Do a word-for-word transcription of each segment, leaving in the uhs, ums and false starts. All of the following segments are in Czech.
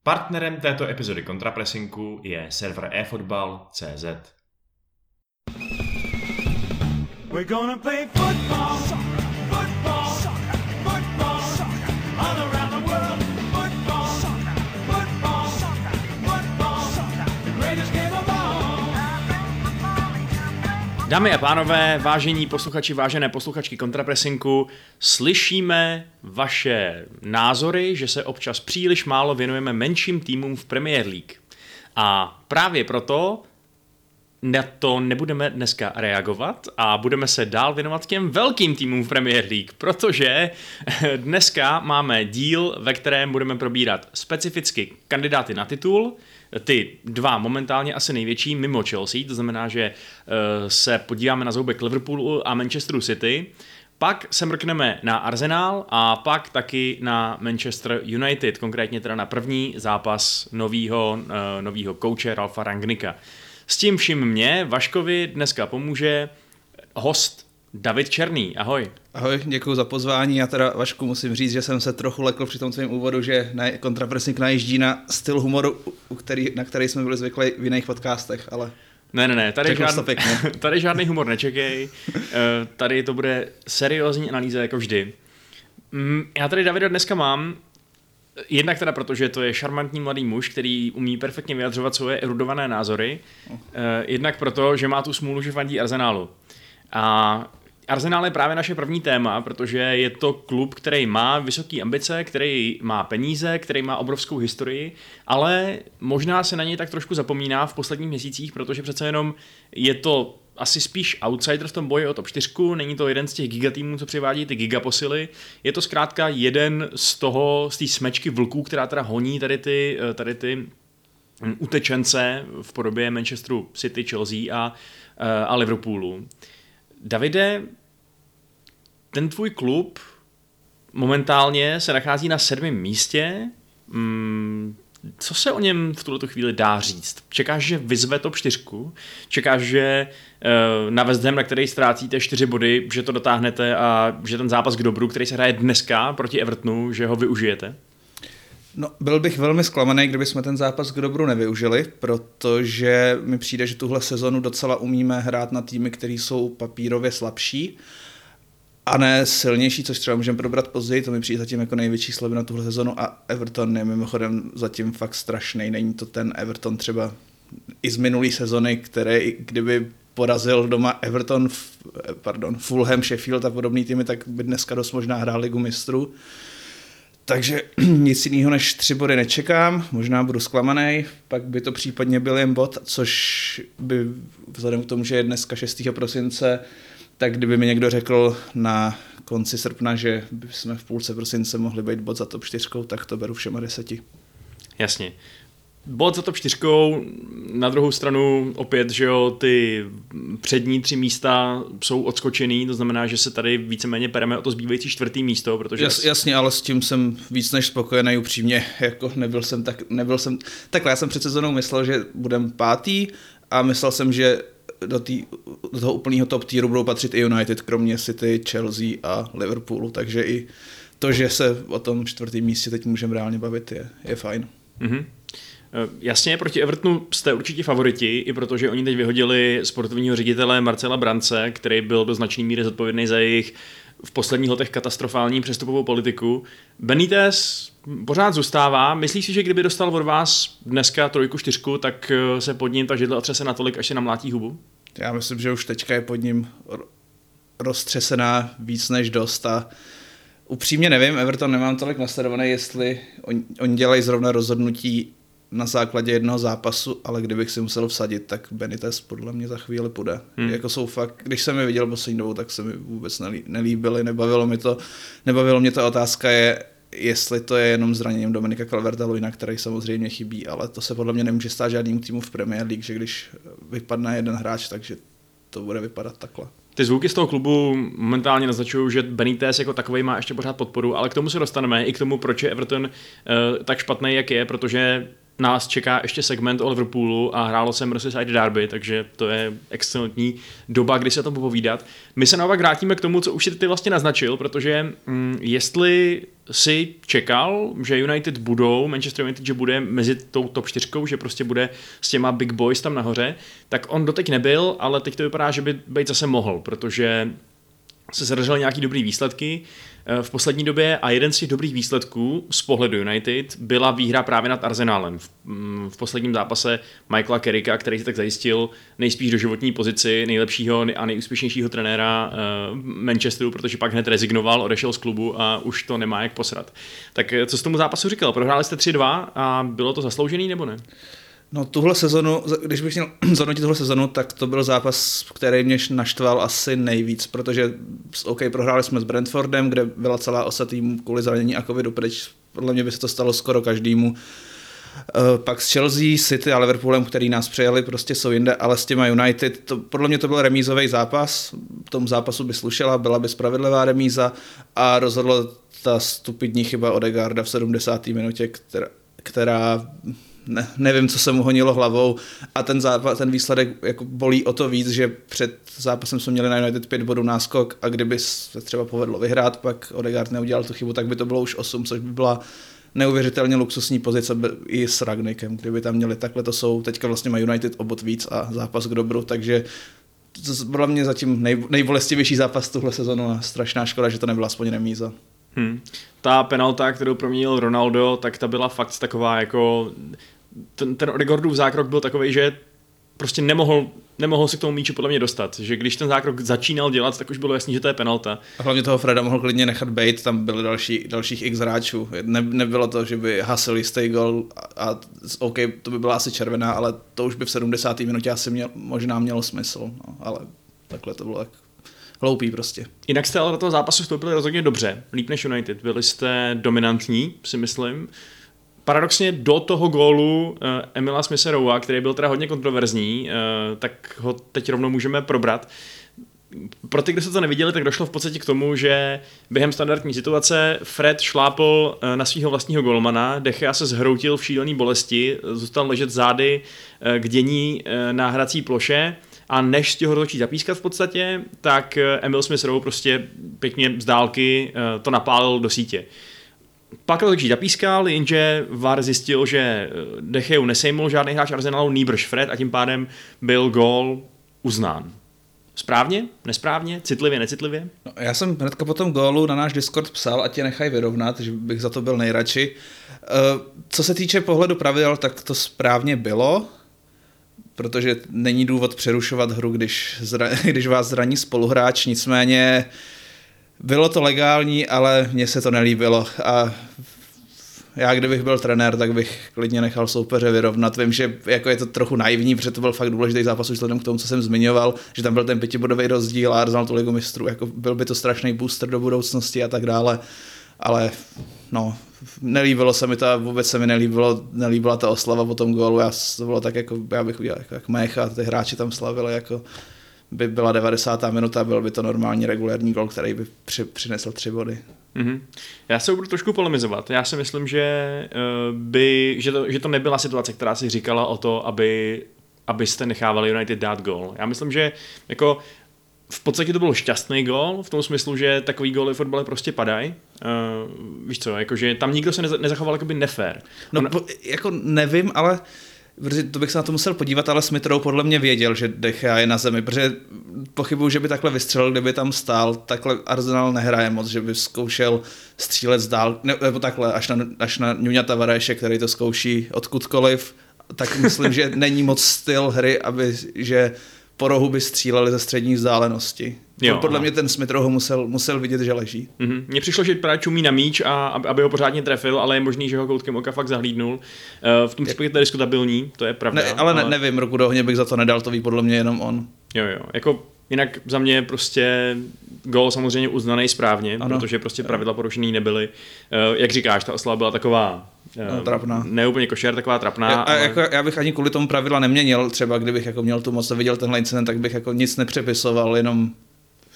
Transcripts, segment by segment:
Partnerem této epizody Kontrapresinku je server eFotbal tečka cé zet. We're gonna play football, football, football, all around the world. Football, football, football, the greatest game of all. Dámy a pánové, vážení posluchači, vážené posluchačky Kontrapresinku, slyšíme vaše názory, že se občas příliš málo věnujeme menším týmům v Premier League. A právě proto na to nebudeme dneska reagovat a budeme se dál věnovat těm velkým týmům v Premier League, protože dneska máme díl, ve kterém budeme probírat specificky kandidáty na titul, ty dva momentálně asi největší mimo Chelsea, to znamená, že se podíváme na zoubek Liverpoolu a Manchesteru City, pak se mrkneme na Arsenal a pak taky na Manchester United, konkrétně teda na první zápas novýho, novýho kouče Ralfa Rangnicka. S tím vším mě, Vaškovi, dneska pomůže host David Černý. Ahoj. Ahoj, děkuji za pozvání. Já teda, Vašku, musím říct, že jsem se trochu lekl při tom svém úvodu, že Kontrapresink najíždí na styl humoru, který, na který jsme byli zvyklí v jiných podcastech, ale... Ne, ne, ne, tady, žád... tady žádný humor nečekej, tady to bude seriózní analýza jako vždy. Já tady Davida dneska mám, jednak teda protože to je šarmantní mladý muž, který umí perfektně vyjadřovat svoje erudované názory, jednak proto, že má tu smůlu, že fandí Arsenálu. A Arsenal je právě naše první téma, protože je to klub, který má vysoké ambice, který má peníze, který má obrovskou historii, ale možná se na něj tak trošku zapomíná v posledních měsících, protože přece jenom je to asi spíš outsider v tom boji o top čtyři, není to jeden z těch gigatýmů, co přivádí ty gigaposily, je to zkrátka jeden z toho, z té smečky vlků, která teda honí tady ty, tady ty utečence v podobě Manchesteru City, Chelsea a, a Liverpoolu. Davide, ten tvůj klub momentálně se nachází na sedmém místě. Co se o něm v tuto chvíli dá říct? Čekáš, že vyzve top čtyři? Čekáš, že na West Ham, na který ztrácíte čtyři body, že to dotáhnete a že ten zápas k dobru, který se hraje dneska proti Evertonu, že ho využijete? No, byl bych velmi zklamaný, kdyby jsme ten zápas k dobru nevyužili, protože mi přijde, že tuhle sezonu docela umíme hrát na týmy, které jsou papírově slabší a ne silnější, což třeba můžeme probrat později, to mi přijde zatím jako největší slabina na tuhle sezonu a Everton je mimochodem zatím fakt strašný. Není to ten Everton třeba i z minulý sezony, který kdyby porazil doma Everton, pardon, Fulham, Sheffield a podobný týmy, tak by dneska dost možná hrál Ligu mistrů. Takže nic jiného než tři body nečekám, možná budu zklamaný, pak by to případně byl jen bod, což by vzhledem k tomu, že je dneska šestého prosince, tak kdyby mi někdo řekl na konci srpna, že jsme v půlce prosince mohli být bod za top čtyři, tak to beru všema deseti. Jasně. Bod za top čtyři, na druhou stranu opět, že jo, ty přední tři místa jsou odskočený, to znamená, že se tady víceméně pereme o to zbývající čtvrtý místo, protože... Jas, jasně, ale s tím jsem víc než spokojený, upřímně, jako nebyl jsem tak, nebyl jsem... Takhle, já jsem před sezónou myslel, že budem pátý a myslel jsem, že do, tý, do toho úplného top tieru budou patřit i United, kromě City, Chelsea a Liverpoolu, takže i to, že se o tom čtvrtém místě teď můžeme reálně bavit, je, je fajn. Mhm. Jasně, proti Evertonu jste určitě favoriti, i protože oni teď vyhodili sportovního ředitele Marcela Brance, který byl do značné míry zodpovědný za jejich v posledních letech katastrofální přestupovou politiku. Benitez pořád zůstává. Myslíš si, že kdyby dostal od vás dneska trojku, čtyřku, tak se pod ním ta židle otřese natolik, až se namlátí hubu? Já myslím, že už teďka je pod ním roztřesená víc než dost a upřímně nevím, Everton nemám tolik nasledovaný, jestli on, oni dělají zrovna rozhodnutí na základě jednoho zápasu, ale kdybych si musel vsadit, tak Benitez podle mě za chvíli půjde. Hmm. Jako jsou fakt, když jsem je viděl poslední dobou, tak se mi vůbec nelí, nelíbily, nebavilo mi to. Nebavilo mě ta otázka je, jestli to je jenom zraněním Dominika Calverta-Lewina, který samozřejmě chybí, ale to se podle mě nemůže stát žádným týmu v Premier League, že když vypadne jeden hráč, takže to bude vypadat takhle. Ty zvuky z toho klubu momentálně naznačují, že Benitez jako takovej má ještě pořád podporu, ale k tomu se dostaneme, i k tomu, proč je Everton uh, tak špatný, jak je, protože nás čeká ještě segment o Liverpoolu a hrálo se Merseyside Derby, takže to je excelentní doba, kdy se o tom popovídat. My se naopak vrátíme k tomu, co už ty vlastně naznačil, protože hm, jestli si čekal, že United budou, Manchester United, že bude mezi tou top čtyřkou, že prostě bude s těma big boys tam nahoře, tak on doteď nebyl, ale teď to vypadá, že by být zase mohl, protože se zadařily nějaký dobrý výsledky v poslední době a jeden z těch dobrých výsledků z pohledu United byla výhra právě nad Arsenálem v, v posledním zápase Michaela Carricka, který si tak zajistil nejspíš do životní pozici nejlepšího a nejúspěšnějšího trenéra Manchesteru, protože pak hned rezignoval, odešel z klubu a už to nemá jak posrat. Tak co jsi tomu zápasu říkal? Prohráli jste tři dva a bylo to zasloužený nebo ne? No tuhle sezonu, když bych měl zhodnotit tuhle sezonu, tak to byl zápas, který mě naštval asi nejvíc, protože OK, prohráli jsme s Brentfordem, kde byla celá osa týmu kvůli zranění a covidu pryč. Podle mě by se to stalo skoro každému. Pak s Chelsea, City a Liverpoolem, který nás přejeli, prostě jsou jinde, ale s těma United, to, podle mě to byl remízový zápas, tomu zápasu by slušela, byla by spravedlivá remíza a rozhodla ta stupidní chyba Odegaarda v sedmdesáté minutě, která, která Ne, nevím, co se mu honilo hlavou a ten, zápas, ten výsledek jako bolí o to víc, že před zápasem jsme měli na United pět bodů náskok a kdyby se třeba povedlo vyhrát, pak Odegaard neudělal tu chybu, tak by to bylo už osm, což by byla neuvěřitelně luxusní pozice i s Ragnikem, kdyby tam měli takhle, to jsou, teďka vlastně má United o bod víc a zápas k dobru, takže to byla mě zatím nej, nejbolestivější zápas tuhle sezonu a strašná škoda, že to nebyla aspoň remíza. Hmm. Ta penalta, kterou proměnil Ronaldo, tak ta byla fakt taková jako... Ten, ten Odegaardův zákrok byl takový, že prostě nemohl, nemohl se k tomu míči podle mě dostat. Že když ten zákrok začínal dělat, tak už bylo jasný, že to je penalta. A hlavně toho Freda mohl klidně nechat bejt, tam byly další, dalších x hráčů. Ne, nebylo to, že by hasil jistý gol a, a OK, to by byla asi červená, ale to už by v sedmdesáté minutě asi měl, možná mělo smysl. No, ale takhle to bylo tak hloupý prostě. Jinak jste ale do toho zápasu vstoupili rozhodně dobře, líp než United. Byli jste dominantní, si myslím. Paradoxně do toho gólu uh, Emila Smitha-Rowa, který byl teda hodně kontroverzní, uh, tak ho teď rovnou můžeme probrat. Pro ty, kdo se to neviděli, tak došlo v podstatě k tomu, že během standardní situace Fred šlápl uh, na svého vlastního golmana, De Gea se zhroutil v šílené bolesti, zůstal ležet zády uh, k dění uh, na hrací ploše a než z ho rozhodčí zapískat v podstatě, tak uh, Emil Smith-Rowe prostě pěkně z dálky uh, to napálil do sítě. Pak rozhodčí zapískal, jenže V A R zjistil, že De Geu nesejmul žádný hráč Arsenalu, nýbrž Fred a tím pádem byl gól uznán. Správně? Nesprávně? Citlivě? Necitlivě? No, já jsem hnedka po tom gólu na náš Discord psal, ať tě nechají vyrovnat, že bych za to byl nejradši. Co se týče pohledu pravidel, tak to správně bylo, protože není důvod přerušovat hru, když, zra, když vás zraní spoluhráč, nicméně bylo to legální, ale mně se to nelíbilo a já kdybych byl trenér, tak bych klidně nechal soupeře vyrovnat. Vím, že jako je to trochu naivní, protože to byl fakt důležitý zápas už vzhledem k tomu, co jsem zmiňoval, že tam byl ten pětibodový rozdíl a Arsenal tu ligu mistrů, jako byl by to strašný booster do budoucnosti a tak dále, ale no, nelíbilo se mi to a vůbec se mi nelíbilo, nelíbila ta oslava po tom gólu, já, to bylo tak jako, já bych udělal jako, jako mech a ty hráči tam slavili jako by byla devadesátá minuta, byl by to normální regulérní gol, který by při, přinesl tři body. Mm-hmm. Já se budu trošku polemizovat. Já si myslím, že, uh, by, že, to, že to nebyla situace, která si říkala o to, aby, abyste nechávali United dát gol. Já myslím, že jako v podstatě to byl šťastný gol, v tom smyslu, že takový góly v fotbale prostě padají. Uh, víš co, jakože tam nikdo se neza, nezachoval jakoby nefér. No On... po, jako nevím, ale protože to bych se na to musel podívat, ale Smith-Rowe podle mě věděl, že De Gea je na zemi, protože pochybuju, že by takhle vystřelil, kdyby tam stál, takhle Arsenal nehraje moc, že by zkoušel střílet z dál, nebo takhle až na, až na Nuňa Tavareše, který to zkouší odkudkoliv, tak myslím, že není moc styl hry, aby, že po rohu by stříleli ze střední vzdálenosti. Jo, podle aha. mě ten Smith-Rowe musel, musel vidět, že leží. Mm-hmm. Mně přišlo, že právě čumí na míč, a aby ho pořádně trefil, ale je možný, že ho koutkem oka fakt zahlídnul. V tom případě to je diskutabilní, to je pravda. Ne, ale, ale... Ne, nevím, Roku do ohně bych za to nedal, to ví podle mě jenom on. Jo, jo, jako jinak za mě prostě gól samozřejmě uznaný správně, ano. Protože prostě pravidla porušený nebyly. Jak říkáš, ta oslava byla taková no, trapná. Ne úplně košer, taková trapná. Já, ale... jako, já bych ani kvůli tomu pravidla neměnil, třeba kdybych jako měl tu moc a viděl tenhle incident, tak bych jako nic nepřepisoval, jenom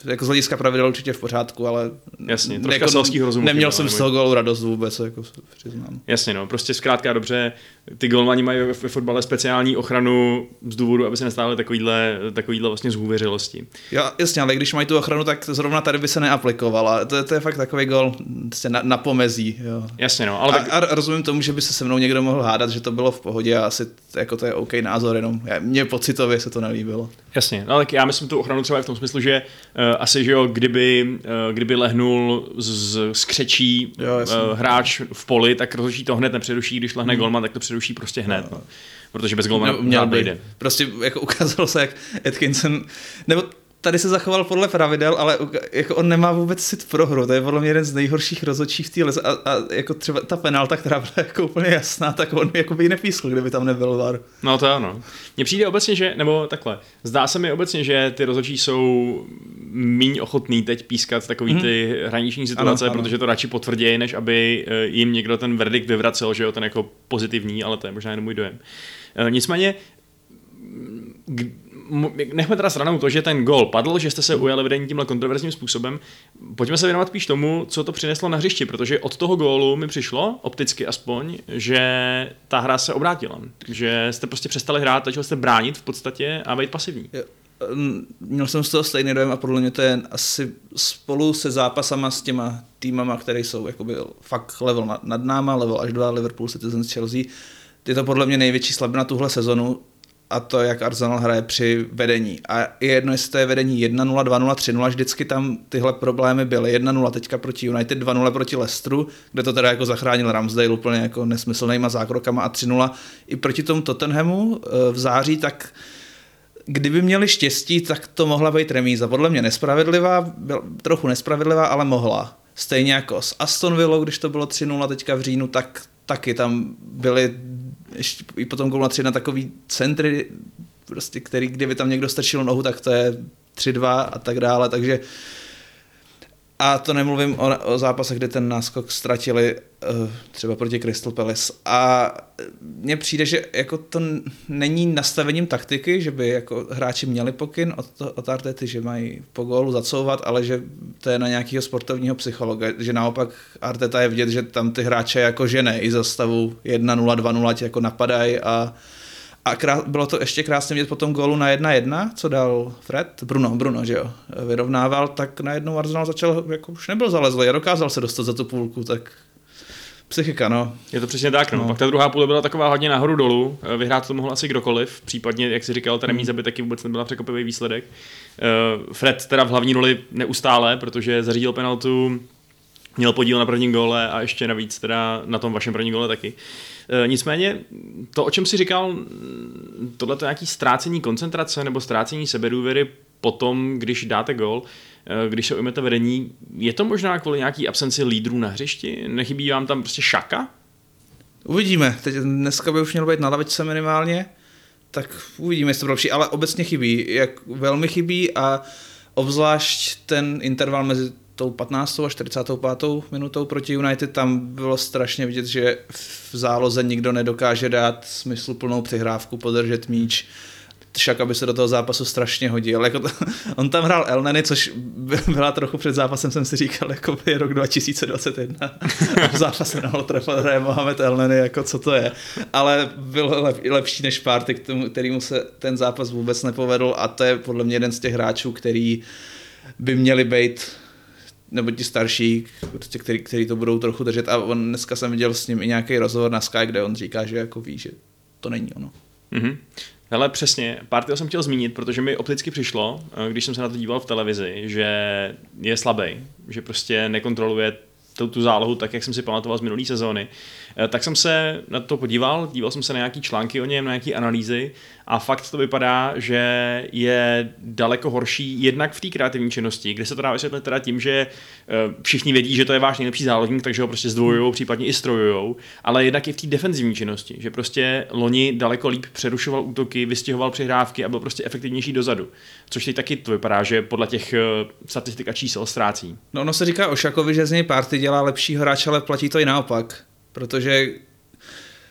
jako z hlediska pravidel určitě v pořádku, ale jasně, troška jako, selských rozumů. Neměl jsem z toho gólu radost vůbec, jako přiznám. Jasně, no, prostě zkrátka dobře, ty golmani mají ve fotbale speciální ochranu z důvodu, aby se nestávaly takovýhle, takovýhle vlastně zhůvěřilosti. Jo, jasně, ale když mají tu ochranu, tak zrovna tady by se neaplikovala. To, to je fakt takový gól na, na pomezí. Jo. Jasně, no. Ale a, tak... a rozumím tomu, že by se se mnou někdo mohl hádat, že to bylo v pohodě a asi jako to je OK názor, jenom mně pocitově se to nelíbilo. Jasně, no tak já myslím tu ochranu třeba v tom smyslu, že uh, asi, že jo, kdyby, uh, kdyby lehnul z, z křečí jo, uh, hráč v poli, tak rozhodčí to hned nepřeruší, když lehne hmm. golman, tak to přeruší prostě hned. No. Protože bez golmana no, měl nejde. Prostě jako ukázalo se, jak Atkinson, nebo tady se zachoval podle pravidel, ale jako on nemá vůbec cit pro hru. To je podle mě jeden z nejhorších rozhodčí v té lize. A, a jako třeba ta penalta, která byla jako úplně jasná, tak on jako by ji nepískl, kdyby tam nebyl V A R. No to ano. Mně přijde obecně, že, nebo takhle, zdá se mi obecně, že ty rozhodčí jsou míň ochotný teď pískat takový ty mm-hmm. hraniční situace, ano, ano. protože to radši potvrdějí, než aby jim někdo ten verdikt vyvracel, že jo, ten jako pozitivní, ale to je možná jen můj dojem. Nicméně nechme teda stranou to, že ten gól padl, že jste se ujali vedení tímhle kontroverzním způsobem. Pojďme se věnovat spíš tomu, co to přineslo na hřišti, protože od toho gólu mi přišlo, opticky aspoň, že ta hra se obrátila. Že jste prostě přestali hrát, začali jste bránit v podstatě a být pasivní. Měl jsem z toho stejný dojem a podle mě to je asi spolu se zápasama s těma týmama, které jsou jakoby fakt level nad, nad náma, level až dva, Liverpool, Citizens, Chelsea. Je to podle mě největší slabina tuhle sezonu, a to, jak Arsenal hraje při vedení. A je jedno, jestli to je vedení jedna nula, dva nula, tři nula, vždycky tam tyhle problémy byly. jedna nula teďka proti United, dva nula proti Leicesteru, kde to teda jako zachránil Ramsdale úplně jako nesmyslnýma zákrokama a tři nula i proti tomu Tottenhamu v září, tak kdyby měli štěstí, tak to mohla být remíza. Podle mě nespravedlivá, byla trochu nespravedlivá, ale mohla. Stejně jako s Aston Villou, když to bylo tři nula teďka v říjnu, tak taky tam byly ještě i potom gól na tři na takový centry, prostě, který, kdyby tam někdo strčil nohu, tak to je tři dva a tak dále, takže a to nemluvím o, o zápasech, kde ten náskok ztratili uh, třeba proti Crystal Palace a mně přijde, že jako to není nastavením taktiky, že by jako hráči měli pokyn od, to, od Artety, že mají po gólu zacouvat, ale že to je na nějakého sportovního psychologa, že naopak Arteta je vidět, že tam ty hráče jako žene i za stavu jedna nula, dva nula tě jako napadají a A krás, bylo to ještě krásně vidět po tom gólu na jedna jedna, co dal Fred, Bruno, Bruno, že jo, vyrovnával, tak najednou Arsenal začal, jako už nebyl zalezlý a dokázal se dostat za tu půlku, tak psychika, no. Je to přesně tak, no. no. Pak ta druhá půle byla taková hodně nahoru dolů, vyhrát to mohl asi kdokoliv, případně, jak jsi říkal, ta remíza by taky vůbec nebyla překvapivý výsledek. Fred teda v hlavní roli neustále, protože zařídil penaltu, měl podíl na prvním góle a ještě navíc teda na tom vašem prvním góle taky. E, nicméně to, o čem jsi říkal, tohle to je nějaký ztrácení koncentrace nebo ztrácení sebedůvěry potom, když dáte gól, e, když se ujmete vedení, je to možná kvůli nějaký absenci lídrů na hřišti? Nechybí vám tam prostě Xhaka? Uvidíme. Teď dneska by už měl být na lavičce minimálně, tak uvidíme, jestli to lepší, ale obecně chybí. Jak velmi chybí a obzvlášť ten interval mezi tou patnáctou a čtyřicátou pátou minutou proti United, tam bylo strašně vidět, že v záloze nikdo nedokáže dát smysluplnou přihrávku, podržet míč. Však aby se do toho zápasu strašně hodil. Jako to, on tam hrál Elneny, což byla trochu před zápasem, jsem si říkal, jako je rok dva tisíce dvacet jedna. A v zápase na Old Trafford hraje Mohamed Elneny, jako co to je. Ale byl lep, lepší než Partey, k tomu, kterýmu se ten zápas vůbec nepovedl a to je podle mě jeden z těch hráčů, který by měli být nebo ti starší, prostě, který, který to budou trochu držet a on dneska jsem viděl s ním i nějaký rozhovor na Sky, kde on říká, že jako ví, že to není ono. Mm-hmm. Hele, přesně, Parteyho jsem chtěl zmínit, protože mi opticky přišlo, když jsem se na to díval v televizi, že je slabý, že prostě nekontroluje tu, tu zálohu tak, jak jsem si pamatoval z minulý sezóny. Tak jsem se na to podíval, díval jsem se na nějaký články o něm, na nějaký analýzy a fakt to vypadá, že je daleko horší jednak v té kreativní činnosti, kde se to dá vysvětlit teda tím, že všichni vědí, že to je váš nejlepší záložník, takže ho prostě zdvojujou, případně i strojujou, ale jednak i v té defenzivní činnosti, že prostě loni daleko líp přerušoval útoky, vystěhoval přihrávky a byl prostě efektivnější dozadu. Což teď taky to vypadá, že podle těch statistik a čísel ztrácí. No ono se říká o Xhakovi, že z něj Partey dělá lepšího hráče, ale platí to i naopak. Protože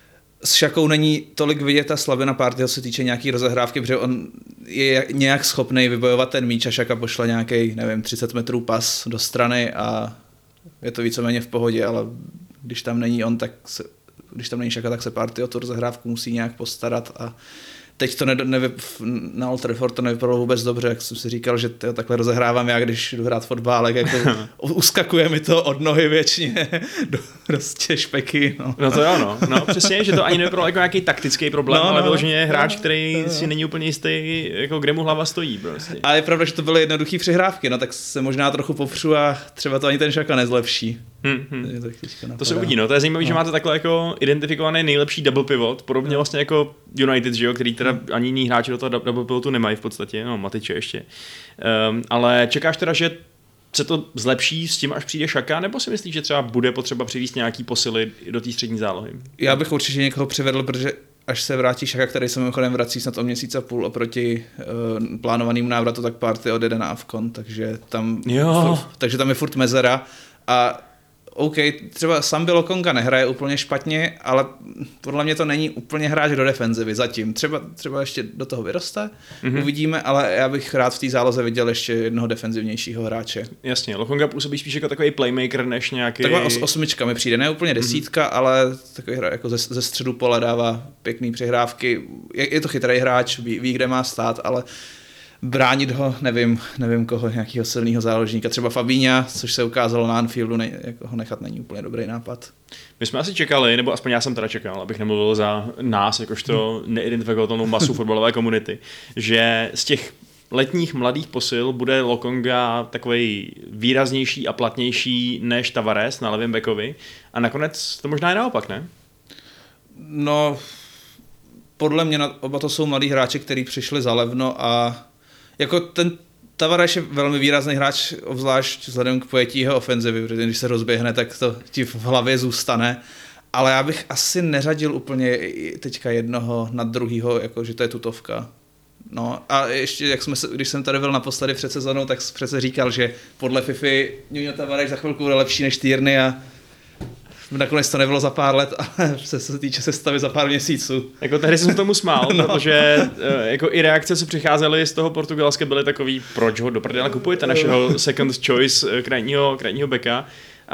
s Šakou není tolik vidět ta slabina Partyho se týče nějaký rozehrávky, protože on je nějak schopný vybojovat ten míč a Šaka pošle nějaký, nevím, třicet metrů pas do strany a je to víceméně v pohodě, ale když tam není on, tak se, když tam není Šaka, tak se Party o tu rozehrávku musí nějak postarat a teď to ne, nevy, na Old Trafford to nevypadalo vůbec dobře, jak jsem si říkal, že to takhle rozehrávám já, když jdu hrát fotbálek, jako uskakuje mi to od nohy většině do prostě špeky. No, no to jo, no. no přesně, že to ani nevypadalo jako nějaký taktický problém, no, ale no, vyloženě hráč, no, který no. si není úplně jistý, jako kde mu hlava stojí. Prostě. A je pravda, že to byly jednoduché přihrávky, no tak se možná trochu popřu a třeba to ani ten Šaka nezlepší. Hmm, hmm. To se uvidí, no. To je zajímavé, no. že máte takhle jako identifikovaný nejlepší double pivot, podobně no. vlastně jako United, že jo, který teda ani jiní hráči do toho double pivotu nemají v podstatě, no Matiče ještě. Um, ale čekáš teda, že se to zlepší s tím, až přijde Šaka, nebo si myslíš, že třeba bude potřeba přivést nějaký posily do té střední zálohy? Já bych určitě někoho přivedl, protože až se vrátí Šaka, který se mimochodem vrací snad o měsíc a půl oproti uh, plánovanému návratu, tak Party odjede na Avcon, takže tam, furt, takže tam je furt mezera a OK, třeba Sambi Lokonga nehraje úplně špatně, ale podle mě to není úplně hráč do defenzivy zatím. Třeba, třeba ještě do toho vyroste, mm-hmm. uvidíme, ale já bych rád v té záloze viděl ještě jednoho defenzivnějšího hráče. Jasně, Lokonga působí spíš jako takový playmaker než nějaký... Taková os, osmička mi přijde, ne úplně desítka, mm-hmm. ale takový hráč jako ze, ze středu pole dává pěkný přihrávky. Je, je to chytrý hráč, ví, ví, kde má stát, ale bránit ho, nevím, nevím koho, nějakého silného záložníka, třeba Fabinha, což se ukázalo na Anfieldu, ne, jako ho nechat není úplně dobrý nápad. My jsme asi čekali, nebo aspoň já jsem teda čekal, abych nemluvil za nás, jakožto neidentifikovatelnou masu fotbalové komunity, že z těch letních mladých posil bude Lokonga takovej výraznější a platnější než Tavares na levém backovi a nakonec to možná je naopak, ne? No, podle mě oba to jsou mladí hráči, kteří přišli za levno a jako ten Tavares je velmi výrazný hráč, obzvlášť vzhledem k pojetí jeho ofenzivy, protože když se rozběhne, tak to ti v hlavě zůstane. Ale já bych asi neřadil úplně teďka jednoho nad druhýho, jako že to je tutovka. No a ještě, jak jsme se, když jsem tady byl naposledy před sezónou, tak přece říkal, že podle FIFA Nuno Tavares za chvilku bude lepší než Tierney a nakonec to nebylo za pár let, ale se, se týče sestavy za pár měsíců. Jako tehdy jsem tomu smál, no. Protože jako i reakce, co přicházely z toho Portugalska, byly takový, proč ho do prdele kupujete našeho second choice krajního, krajního beka.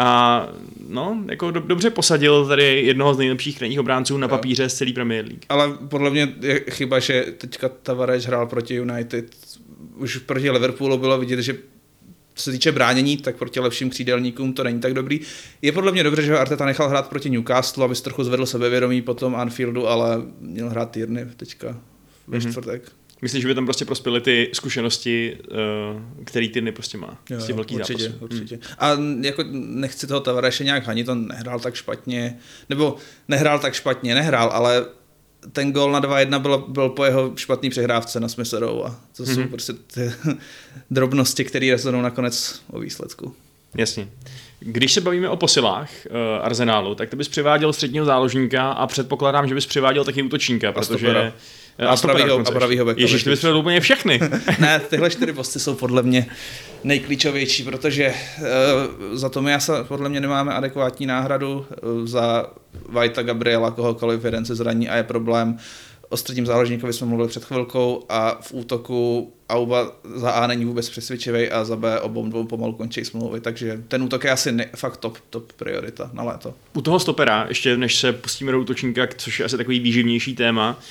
A no, jako do, dobře posadil tady jednoho z nejlepších krajních obránců na papíře z celé Premier League. Ale podle mě je chyba, že teďka Tavares hrál proti United. Už proti Liverpoolu bylo vidět, že co se týče bránění, tak proti lepším křídelníkům to není tak dobrý. Je podle mě dobře, že Arteta nechal hrát proti Newcastle, aby se trochu zvedl sebevědomí po tom Anfieldu, ale měl hrát Tierney teďka ve mm-hmm. čtvrtek. Myslíš, že by tam prostě prospěly ty zkušenosti, který Tierney prostě má z těch velkých určitě, zápasů? Určitě. Hmm. A jako nechci toho Tavarese nějak hanit, on nehrál tak špatně, nebo nehrál tak špatně, nehrál, ale ten gól na dva jedna byl, byl po jeho špatný přehrávce na Smith-Rowe a to mm-hmm. jsou prostě ty drobnosti, které rozhodnou nakonec o výsledku. Jasně. Když se bavíme o posilách uh, Arsenálu, tak ty bys přiváděl středního záložníka a předpokládám, že bys přiváděl taky útočníka, protože... A, a pravýho, a pravýho beka. Ježiš, ty bys přiváděl úplně všechny. Ne, tyhle čtyři posty jsou podle mě nejklíčovější, protože uh, za to myasa podle mě nemáme adekvátní náhradu, uh, za Whitea, Gabriela, kohokoliv, jeden se zraní a je problém. O středním záložníkovi jsme mluvili před chvilkou a v útoku Auba za A není vůbec přesvědčivý a za B obou dvou pomalu končí smlouvy, takže ten útok je asi ne, fakt top, top priorita na léto. U toho stopera, ještě než se pustíme do útočníka, což je asi takový výživnější téma,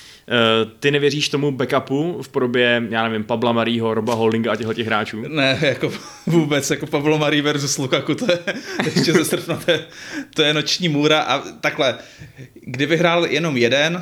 ty nevěříš tomu backupu v podobě, já nevím, Pabla Marího, Roba Holdinga a těchto těch hráčů? Ne, jako vůbec, jako Pablo Marí versus Lukaku, to je ještě ze srpna, to je, to je noční můra a takhle, kdyby hrál jenom jeden,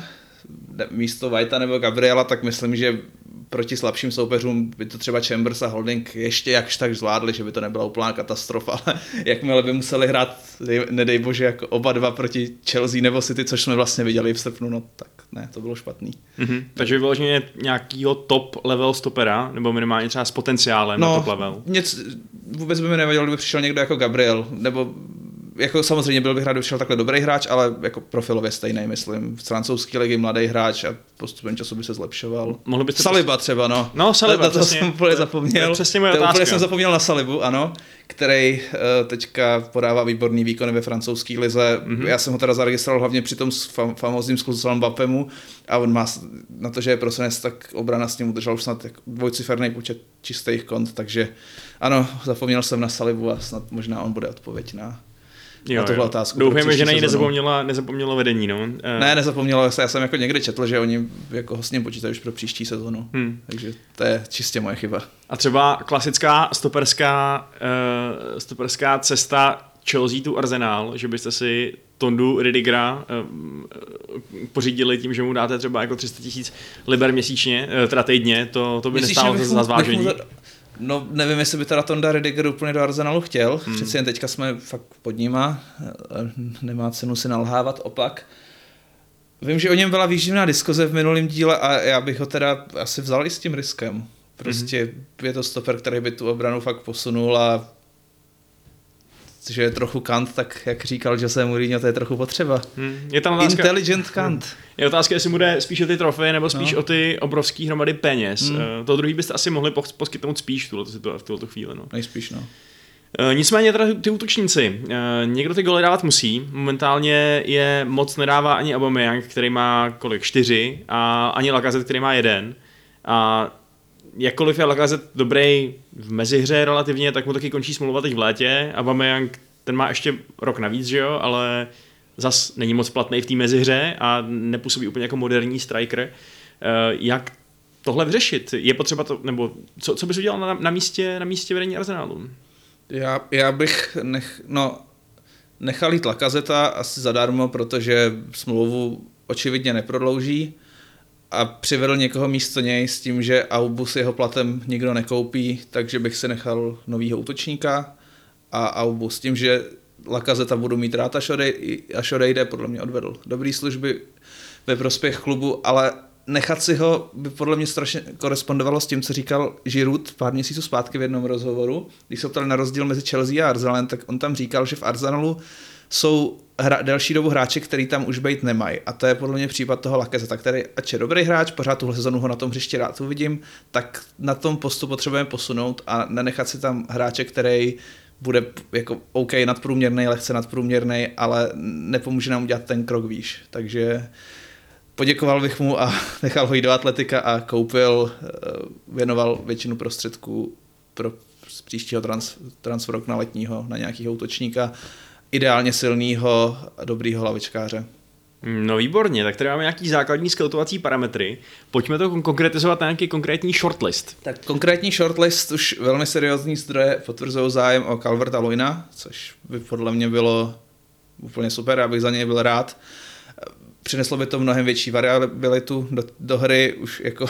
místo Whitea nebo Gabriela, tak myslím, že proti slabším soupeřům by to třeba Chambers a Holding ještě jakž tak zvládli, že by to nebyla úplná katastrofa, ale jakmile by museli hrát, nedej bože, jako oba dva proti Chelsea nebo City, což jsme vlastně viděli v srpnu, no tak ne, to bylo špatný. Mm-hmm. Takže vyloženě nějakýho top level stopera, nebo minimálně třeba s potenciálem no, na top level? Nic, vůbec by mi nevadilo, kdyby přišel někdo jako Gabriel, nebo jako samozřejmě byl bych rád, došel takhle dobrý hráč, ale jako profilově stejný, myslím. V francouzské ligy mladý hráč a postupem času by se zlepšoval. Mohli byste Saliba post... třeba, no. No, Saliba, to, to přesně. jsem úplně zapomněl. To, přesně moje to otázka. Úplně jsem zapomněl na Salibu, ano, který uh, teďka podává výborný výkony ve francouzské lize. Mm-hmm. Já jsem ho teda zaregistroval hlavně při tom fam- famózním skluzu Mbappému a on má na to, že je prosinec, tak obrana s ním udržel už snad dvojciferný počet čistých kont, takže ano, zapomněl jsem na Salibu a snad možná on bude odpověď na, jo, na tuhle otázku. Doufujeme, že na ní nezapomněla, nezapomnělo vedení, no. Ne, nezapomnělo, já jsem jako někdy četl, že oni jako s ním počítají už pro příští sezonu, hmm. takže to je čistě moje chyba. A třeba klasická stoperská, uh, stoperská cesta Chelsea tu Arsenal, že byste si Tondu Rüdigera uh, pořídili tím, že mu dáte třeba jako tři sta tisíc liber měsíčně, uh, teda týdně, to, to by Myslíš, nestálo za zvážení. Za... No nevím, jestli by teda Tonda Rüdiger úplně do Arsenalu chtěl, hmm. přeci jen teďka jsme fakt pod nima, nemá cenu si nalhávat opak. Vím, že o něm byla výživná diskuze v minulém díle a já bych ho teda asi vzal i s tím riskem. Prostě hmm. je to stoper, který by tu obranu fakt posunul a že je trochu kant, tak jak říkal Jose Mourinho, to je trochu potřeba. Hmm. Je tam otázka, Intelligent kant. Hmm. Je otázka, jestli bude spíš o ty trofeje, nebo spíš no. o ty obrovský hromady peněz. Hmm. Uh, to druhý byste asi mohli poskytnout spíš v tuhle, v tuhle chvíli. No. Nejspíš, no. Uh, nicméně teda ty útočníci. Uh, někdo ty goly dávat musí. Momentálně je moc nedává ani Aubameyang, který má kolik? Čtyři. A ani Lacazette, který má jeden. A jakkoliv je Lacazette dobrý v mezihře relativně, tak mu taky končí smlouva teď v létě. Aubameyang, ten má ještě rok navíc, že jo, ale zas není moc platný v té mezihře a nepůsobí úplně jako moderní striker. Jak tohle vyřešit? Je potřeba to, nebo co, co bys udělal na, na, místě, na místě vedení Arsenalu? Já, já bych nech, no, nechal jít Lacazetta asi zadarmo, protože smlouvu očividně neprodlouží. A přivedl někoho místo něj s tím, že Aubu s jeho platem nikdo nekoupí, takže bych si nechal novýho útočníka a Aubu s tím, že Lacazetta budu mít rád, až odejde, až odejde, podle mě odvedl dobrý služby ve prospěch klubu, ale nechat si ho by podle mě strašně korespondovalo s tím, co říkal Giroud pár měsíců zpátky v jednom rozhovoru, když se ptal na rozdíl mezi Chelsea a Arsenalem, tak on tam říkal, že v Arsenalu jsou hra, delší dobu hráči, který tam už být nemají. A to je podle mě případ toho Lacazetta, který ač je dobrý hráč, pořád tuhle sezonu ho na tom hřišti rád uvidím, tak na tom postu potřebujeme posunout a nenechat si tam hráče, který bude jako OK nadprůměrný, lehce nadprůměrný, ale nepomůže nám udělat ten krok výš. Takže poděkoval bych mu a nechal ho jít do Atletika a koupil, věnoval většinu prostředků pro z příštího trans, transferu na letního na nějakého útočníka, ideálně silného a dobrýho hlavičkáře. No výborně, tak tady máme nějaký základní skautovací parametry. Pojďme to konkretizovat na nějaký konkrétní shortlist. Tak konkrétní shortlist už velmi seriózní zdroje potvrzují zájem o Calverta-Lewina, což by podle mě bylo úplně super, abych za něj byl rád. Přineslo by to mnohem větší variabilitu do, do hry, už jako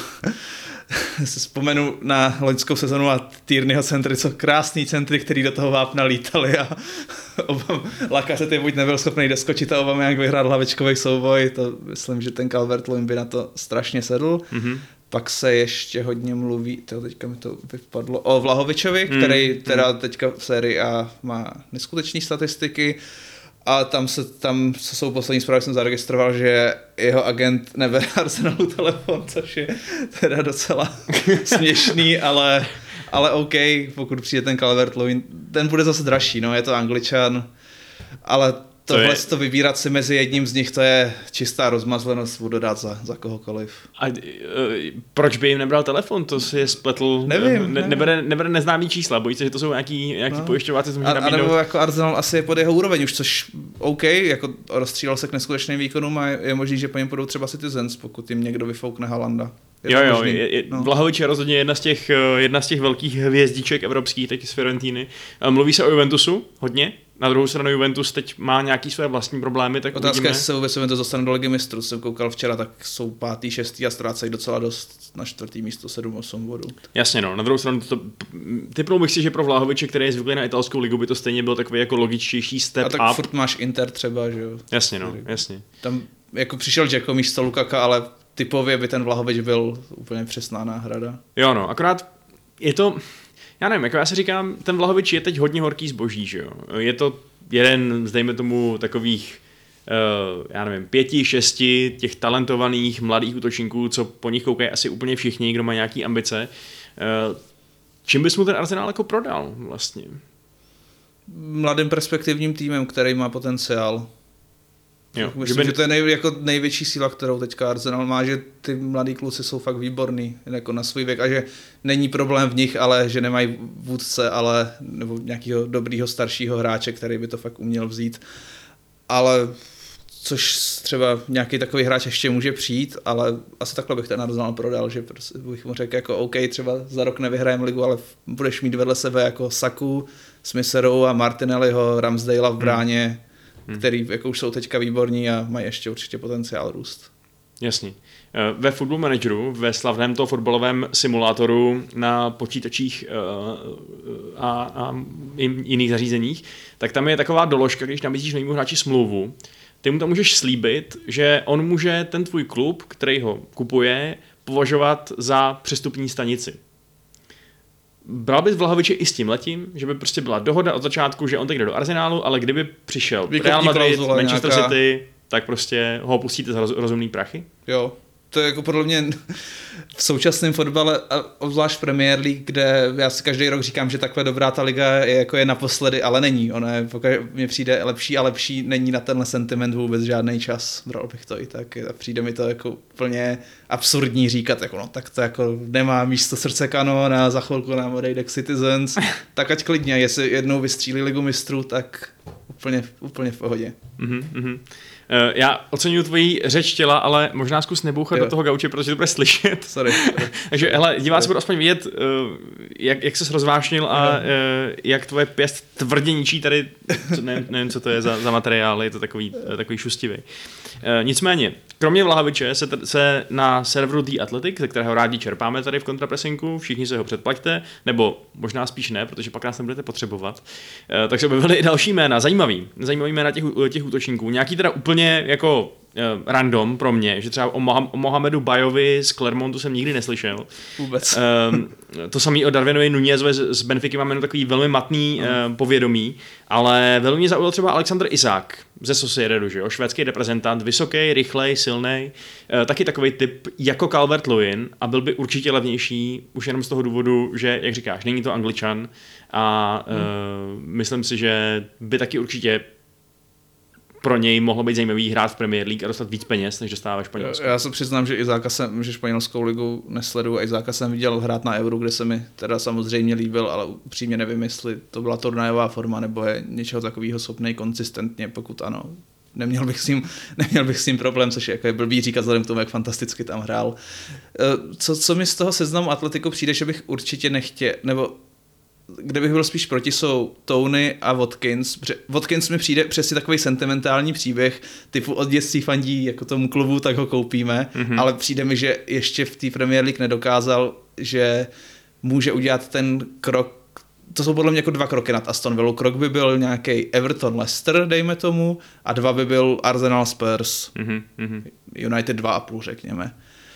si vzpomenu na loňskou sezonu a Tierneyho centry, co krásný centry, který do toho vápna lítali a Lacazette je buď nebyl schopný doskočit a Aubameyang vyhrál hlavičkový souboj, to myslím, že ten Calvert-Lewin by na to strašně sedl. Mm-hmm. Pak se ještě hodně mluví, to teďka mi to vypadlo, o Vlahovičovi, který mm, teda mm. teďka v sérii A má neskutečné statistiky. A tam, se, tam se jsou poslední zprávy, jsem zaregistroval, že jeho agent nebere Arsenalu telefon, což je teda docela směšný, ale, ale OK, pokud přijde ten Calvert-Lewin, ten bude zase dražší, no, je to Angličan, ale tohle to, je... to vybírat si mezi jedním z nich, to je čistá rozmazlenost, budu dát za, za kohokoliv. A uh, proč by jim nebral telefon? To si je spletl, nevím, ne, nevím. Nebere, nebere neznámý čísla, bojí se, že to jsou nějaký, nějaký no. pojišťováci, co může nabídnout. A nebo jako Arsenal asi je pod jeho úroveň už, což OK, jako rozstřílel se k neskutečným výkonům a je, je možný, že po něm budou třeba Citizens, pokud jim někdo vyfoukne Halanda. Je jo, jo, je, je, no. Vlahovič je rozhodně jedna z těch, jedna z těch velkých hvězdiček evropských, taky z Fiorentíny. Mluví se o Juventusu hodně. Na druhou stranu Juventus teď má nějaký své vlastní problémy, tak otázka, uvidíme. jestli se vůbec Juventus dostane do Ligy mistrů. Jsem koukal včera, tak jsou pátý, šestý a ztrácejí docela dost na čtvrtý místo sedm osm bodů. Jasně no, na druhou stranu to, typnul bych si, že pro Vlahoviče, který je zvyklý na italskou ligu, by to stejně byl takový jako logičtější step up. A tak up. Furt máš Inter třeba, že jo. Jasně no, jasně. Tam jako přišel Dzeko místo Lukaka, ale typově by ten Vlahovič byl úplně přesná náhrada. Jo no, akorát je to, já nevím, jako já si říkám, ten Vlahovič je teď hodně horký zboží, že jo. Je to jeden z, dejme tomu, takových Uh, já nevím, pěti, šesti těch talentovaných mladých útočníků, co po nich koukají asi úplně všichni, kdo má nějaký ambice. Uh, čím bys mu ten Arsenal jako prodal vlastně? Mladým perspektivním týmem, který má potenciál. Jo, myslím, že, by... že to je nej, jako největší síla, kterou teďka Arsenal má, že ty mladí kluci jsou fakt výborný jako na svůj věk a že není problém v nich, ale že nemají vůdce, ale nebo nějakého dobrýho staršího hráče, který by to fakt uměl vzít. Ale což třeba nějaký takový hráč ještě může přijít, ale asi takhle bych ten Arsenal prodal, že prostě bych mu řekl jako OK, třeba za rok nevyhrajeme ligu, ale budeš mít vedle sebe jako Saku, Smith-Rowe a Martinelliho, Ramsdale'a v bráně, hmm. který jako už jsou teďka výborní a mají ještě určitě potenciál růst. Jasně. Ve Football Manageru, ve slavném toho fotbalovém simulátoru na počítačích a, a jiných zařízeních, tak tam je taková doložka, když nabízíš novému hráči smlouvu, ty mu tam můžeš slíbit, že on může ten tvůj klub, který ho kupuje, považovat za přestupní stanici. Bral bys Vlahoviče i s tím letím, že by prostě byla dohoda od začátku, že on teď jde do Arsenálu, ale kdyby přišel Real Madrid, Manchester nějaká... City, tak prostě ho pustíte za rozumný prachy? Jo. To je jako podle mě v současném fotbale, obzvlášť Premier League, kde já si každý rok říkám, že takhle dobrá ta liga je, jako je naposledy, ale není. Ona je, pokud mě přijde lepší a lepší, není na tenhle sentiment vůbec žádný čas. Bral bych to i tak. A přijde mi to jako úplně absurdní říkat, jako no, tak to jako nemá místo srdce kanóna, za chvilku nám odejde k Citizens, tak ať klidně, jestli jednou vystřílí ligu mistrů, tak úplně, úplně v pohodě. Mm-hmm. Já oceňuji tvoji řeč těla, ale možná zkus nebouchat jo. do toho gauče, protože to bude slyšet. Sorry. Takže hele, diváci budou aspoň vidět, jak, jak ses rozvášnil a jo. jak tvoje pěst tvrdě ničí tady, co, nevím, nevím, co to je za, za materiál, je to takový, takový šustivý. Nicméně, kromě Vlahoviče se, t- se na serveru The Athletic, ze kterého rádi čerpáme tady v kontrapresinku, všichni se ho předplaťte, nebo možná spíš ne, protože pak nás nebudete potřebovat, tak se objevily i další jména, zajímavý, zajímavý jména těch, těch útočníků, nějaký teda úplně jako uh, random pro mě, že třeba o, Moha- o Mohamedu Bajovi z Clermontu jsem nikdy neslyšel. Vůbec. Um, to samý o Darwinovi Nunezovi z, z Benfiky mám jenom takový velmi matný uh, povědomí, ale velmi mě zaujal třeba Alexander Isak ze Sociededu, že jo, švédský reprezentant, vysoký, rychlej, silnej, uh, taky takový typ jako Calvert-Lewin a byl by určitě levnější, už jenom z toho důvodu, že, jak říkáš, není to Angličan a uh, hmm. myslím si, že by taky určitě pro něj mohlo být zajímavý hrát v Premier League a dostat víc peněz, než dostává Španělsko. Já se přiznám, že Izáka jsem, že španělskou ligu nesleduju a Izáka jsem viděl hrát na Euro, kde se mi teda samozřejmě líbil, ale upřímně nevím, jestli to byla turnajová forma nebo je něčeho takového schopnej konzistentně, pokud ano. Neměl bych s ním, neměl bych s ním problém, což je, jako je blbý říkat vzhledem k tomu, jak fantasticky tam hrál. Co, co mi z toho seznamu Atletico přijde, že bych určitě nechtěl, nebo kde bych byl spíš proti, jsou Tony a Watkins. Watkins mi přijde přesně takový sentimentální příběh, typu od dětství fandí jako tomu klubu, tak ho koupíme, mm-hmm. ale přijde mi, že ještě v té Premier League nedokázal, že může udělat ten krok. To jsou podle mě jako dva kroky nad Aston Villa. Krok by byl nějaký Everton Leicester, dejme tomu, a dva by byl Arsenal Spurs. Mm-hmm. United dva a půl, řekněme.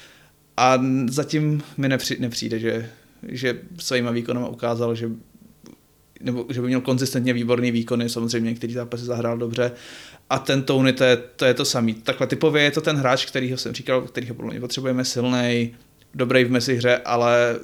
A zatím mi nepři, nepřijde, že že svýma výkonama ukázal, že, nebo, že by měl konzistentně výborný výkony, samozřejmě některý zápasy zahrál dobře a ten Tony, to je to, je to samý. Takhle typově je to ten hráč, kterýho jsem říkal, kterýho podle mě potřebujeme, silnej, dobrý v mezihře, ale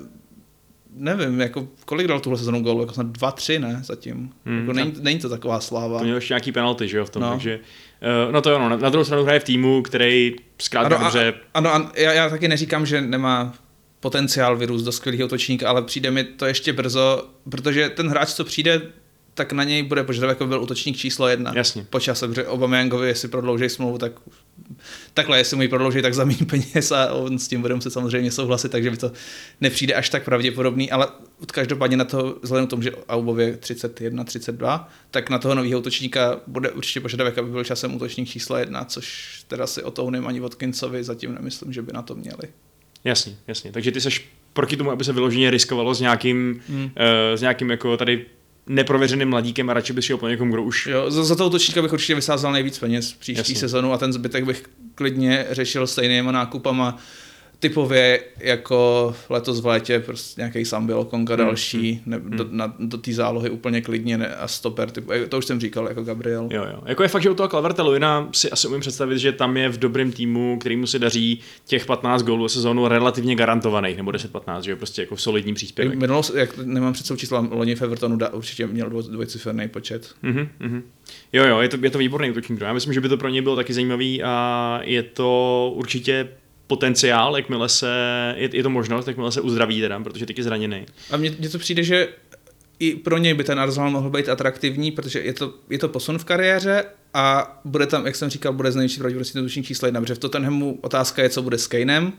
nevím, jako kolik dal tuhle sezonu gólů, jako snad dva, tři, ne, zatím. Hmm, jako není, není to taková sláva. To měl ještě nějaký penalty, že jo, v tom, no. takže uh, no to jo, no, na druhou stranu hraje v týmu, který zkrátka ano, dobře... Ano, ano já, já taky neříkám, že nemá potenciál vyrůst do skvělého útočníka, ale přijde mi to ještě brzo, protože ten hráč, co přijde, tak na něj bude požadavek, jako byl útočník číslo jedna. Jasně. Po čase, protože Aubameyangovi, jestli prodlouží smlouvu, tak takhle, jestli mu ji prodlouží, tak za méně peněz a on s tím bude muset samozřejmě souhlasit, takže by to nepřijde až tak pravděpodobný, ale každopádně na to, vzhledem k tomu, že Aubově třicet jedna, třicet dva, tak na toho nového útočníka bude určitě požadavek, aby byl časem útočník číslo jedna, což teda si o Tonym ani Watkinsovi zatím nemyslím, že by na to měli. Jasně, jasně. Takže ty seš proti tomu, aby se vyloženě riskovalo s nějakým, hmm. uh, s nějakým jako tady neprověřeným mladíkem a radši bys šel po někom, kdo už... Jo, za, za toho útočníka bych určitě vysázal nejvíc peněz příští jasně. sezonu a ten zbytek bych klidně řešil stejnýma nákupama. typově jako letos v létě prostě nějaký Sambil, Konga další, hmm. ne, hmm. do, na, do té zálohy úplně klidně ne, a stoper, typu, to už jsem říkal, jako Gabriel. Jo, jo. Jako je fakt, že u toho Calvert-Lewina si asi umím představit, že tam je v dobrém týmu, kterýmu se daří těch patnáct gólů sezónu relativně garantovaných, nebo deset patnáct, že je prostě jako solidní příspěvek. Minulo, jak nemám před sebou čísla, loni v Evertonu da, určitě měl dvoj, dvojciferný počet. Mm-hmm, mm-hmm. Jo, jo, je to, je to výborný útočník. Já myslím, že by to pro něj bylo taky zajímavý a je to určitě potenciál, jakmile se, je, je to možnost, jakmile se uzdraví teda, protože teď je zraněný. A mně, mně to přijde, že i pro něj by ten Arsenal mohl být atraktivní, protože je to, je to posun v kariéře a bude tam, jak jsem říkal, bude z největší pravděpodobností útočník číslo jedna, protože v Tottenhamu otázka je, co bude s Kanem.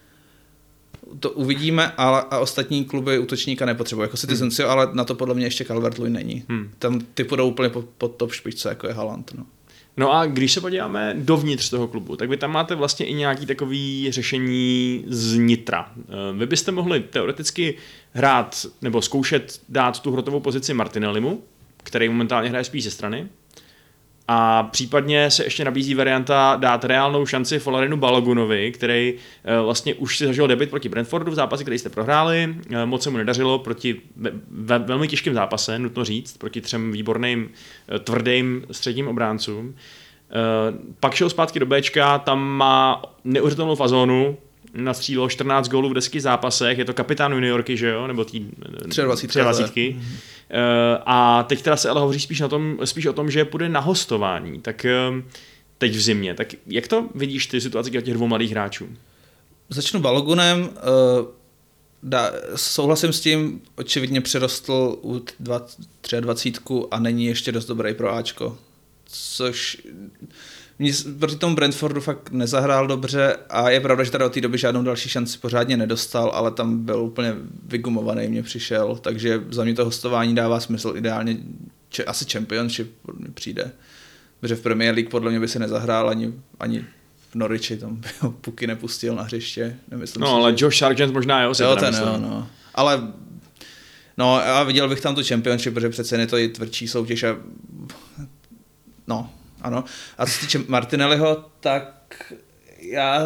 To uvidíme, ale a ostatní kluby útočníka nepotřebují, jako Citizens, hmm. ale na to podle mě ještě Calvert-Lewin není. Hmm. Tam ty půjdou úplně pod, pod top špičce, jako je Haaland. No. No a když se podíváme dovnitř toho klubu, tak vy tam máte vlastně i nějaký takový řešení z nitra. Vy byste mohli teoreticky hrát nebo zkoušet dát tu hrotovou pozici Martinellimu, který momentálně hraje spíš ze strany. A případně se ještě nabízí varianta dát reálnou šanci Folarinu Balogunovi, který vlastně už si zažil debut proti Brentfordu v zápase, který jste prohráli. Moc se mu nedařilo proti ve, velmi těžkém zápase, nutno říct, proti třem výborným, tvrdým středním obráncům. Pak šel zpátky do Bčka, tam má neuvěřitelnou fazónu, nastřílil čtrnáct gólů v deseti zápasech, je to kapitán juniorky, že jo, nebo tý třiadvacítky. Uh, a teď teda se ale hovoří spíš, na tom, spíš o tom, že půjde na hostování, tak uh, teď v zimě. Tak jak to vidíš ty situaci těch dvou mladých hráčů? Začnu Balogunem. Uh, da, souhlasím s tím, očividně přerostl u dvacet tři a není ještě dost dobrý pro Ačko. Což mě proti tomu Brentfordu fakt nezahrál dobře a je pravda, že tady od té doby žádnou další šanci pořádně nedostal, ale tam byl úplně vygumovaný, mně přišel, takže za mě to hostování dává smysl ideálně, či, asi Championship mi přijde, protože v Premier League podle mě by se nezahrál ani, ani v Norwichi, tam by ho Puky nepustil na hřiště. Nemyslím no si, ale že... Josh Sargent možná jo, si jo, ten jo, no. Ale no, já viděl bych tam tu Championship, protože přece je to i tvrdší soutěž a no, ano. A co se týče Martinelliho, tak já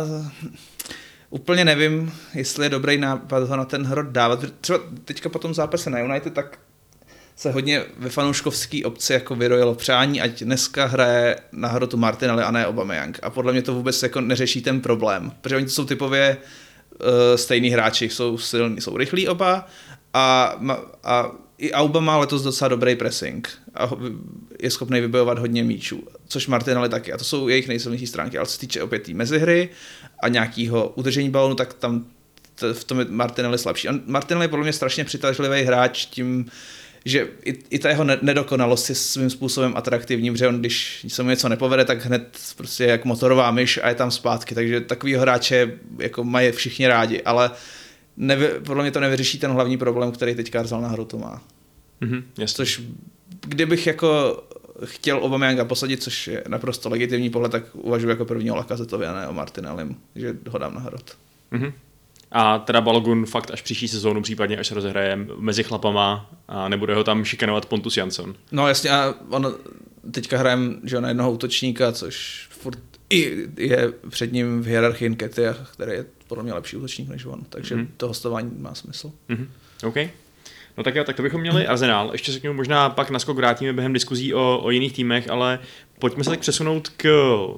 úplně nevím, jestli je dobrý nápad ho na ten hrot dávat. Třeba teďka po tom zápase na United, tak se hodně ve fanouškovský obci jako vyrojilo přání, ať dneska hraje na hrotu Martinelli a ne Aubameyang. A podle mě to vůbec jako neřeší ten problém, protože oni to jsou typově uh, stejný hráči, jsou silní, jsou rychlí oba a, a i Auba má letos docela dobrý pressing a je schopný vybojovat hodně míčů, což Martinelli taky. A to jsou jejich nejsilnější stránky, ale co se týče opět té mezihry a nějakého udržení balonu, tak tam t- v tom je Martinelli slabší. On, Martinelli je podle mě strašně přitažlivý hráč tím, že i, i ta jeho nedokonalost je svým způsobem atraktivní, protože on, když se mu něco nepovede, tak hned prostě jak motorová myš a je tam zpátky. Takže takovýho hráče jako mají všichni rádi, ale nevy, podle mě to nevyřeší ten hlavní problém, který teďka Arsenal na hrotu má. Mm-hmm, což kdybych jako chtěl Aubameyanga posadit, což je naprosto legitimní pohled, tak uvažuji jako prvního Lacazetovi a ne o Martinellim, že ho dám na hrot. Mm-hmm. A teda Balogun fakt až příští sezónu, případně až se rozehraje mezi chlapama a nebude ho tam šikanovat Pontus Jansson. No jasně, a on teďka hrajem že na jednoho útočníka, což furt i je před ním v hierarchii Nketiah, který je podle mě lepší útočník než on, takže mm-hmm. to hostování má smysl. Mm-hmm. OK. No tak jo, tak to bychom měli Arsenal. Ještě se k němu možná pak naskok vrátíme během diskuzí o, o jiných týmech, ale pojďme se tak přesunout k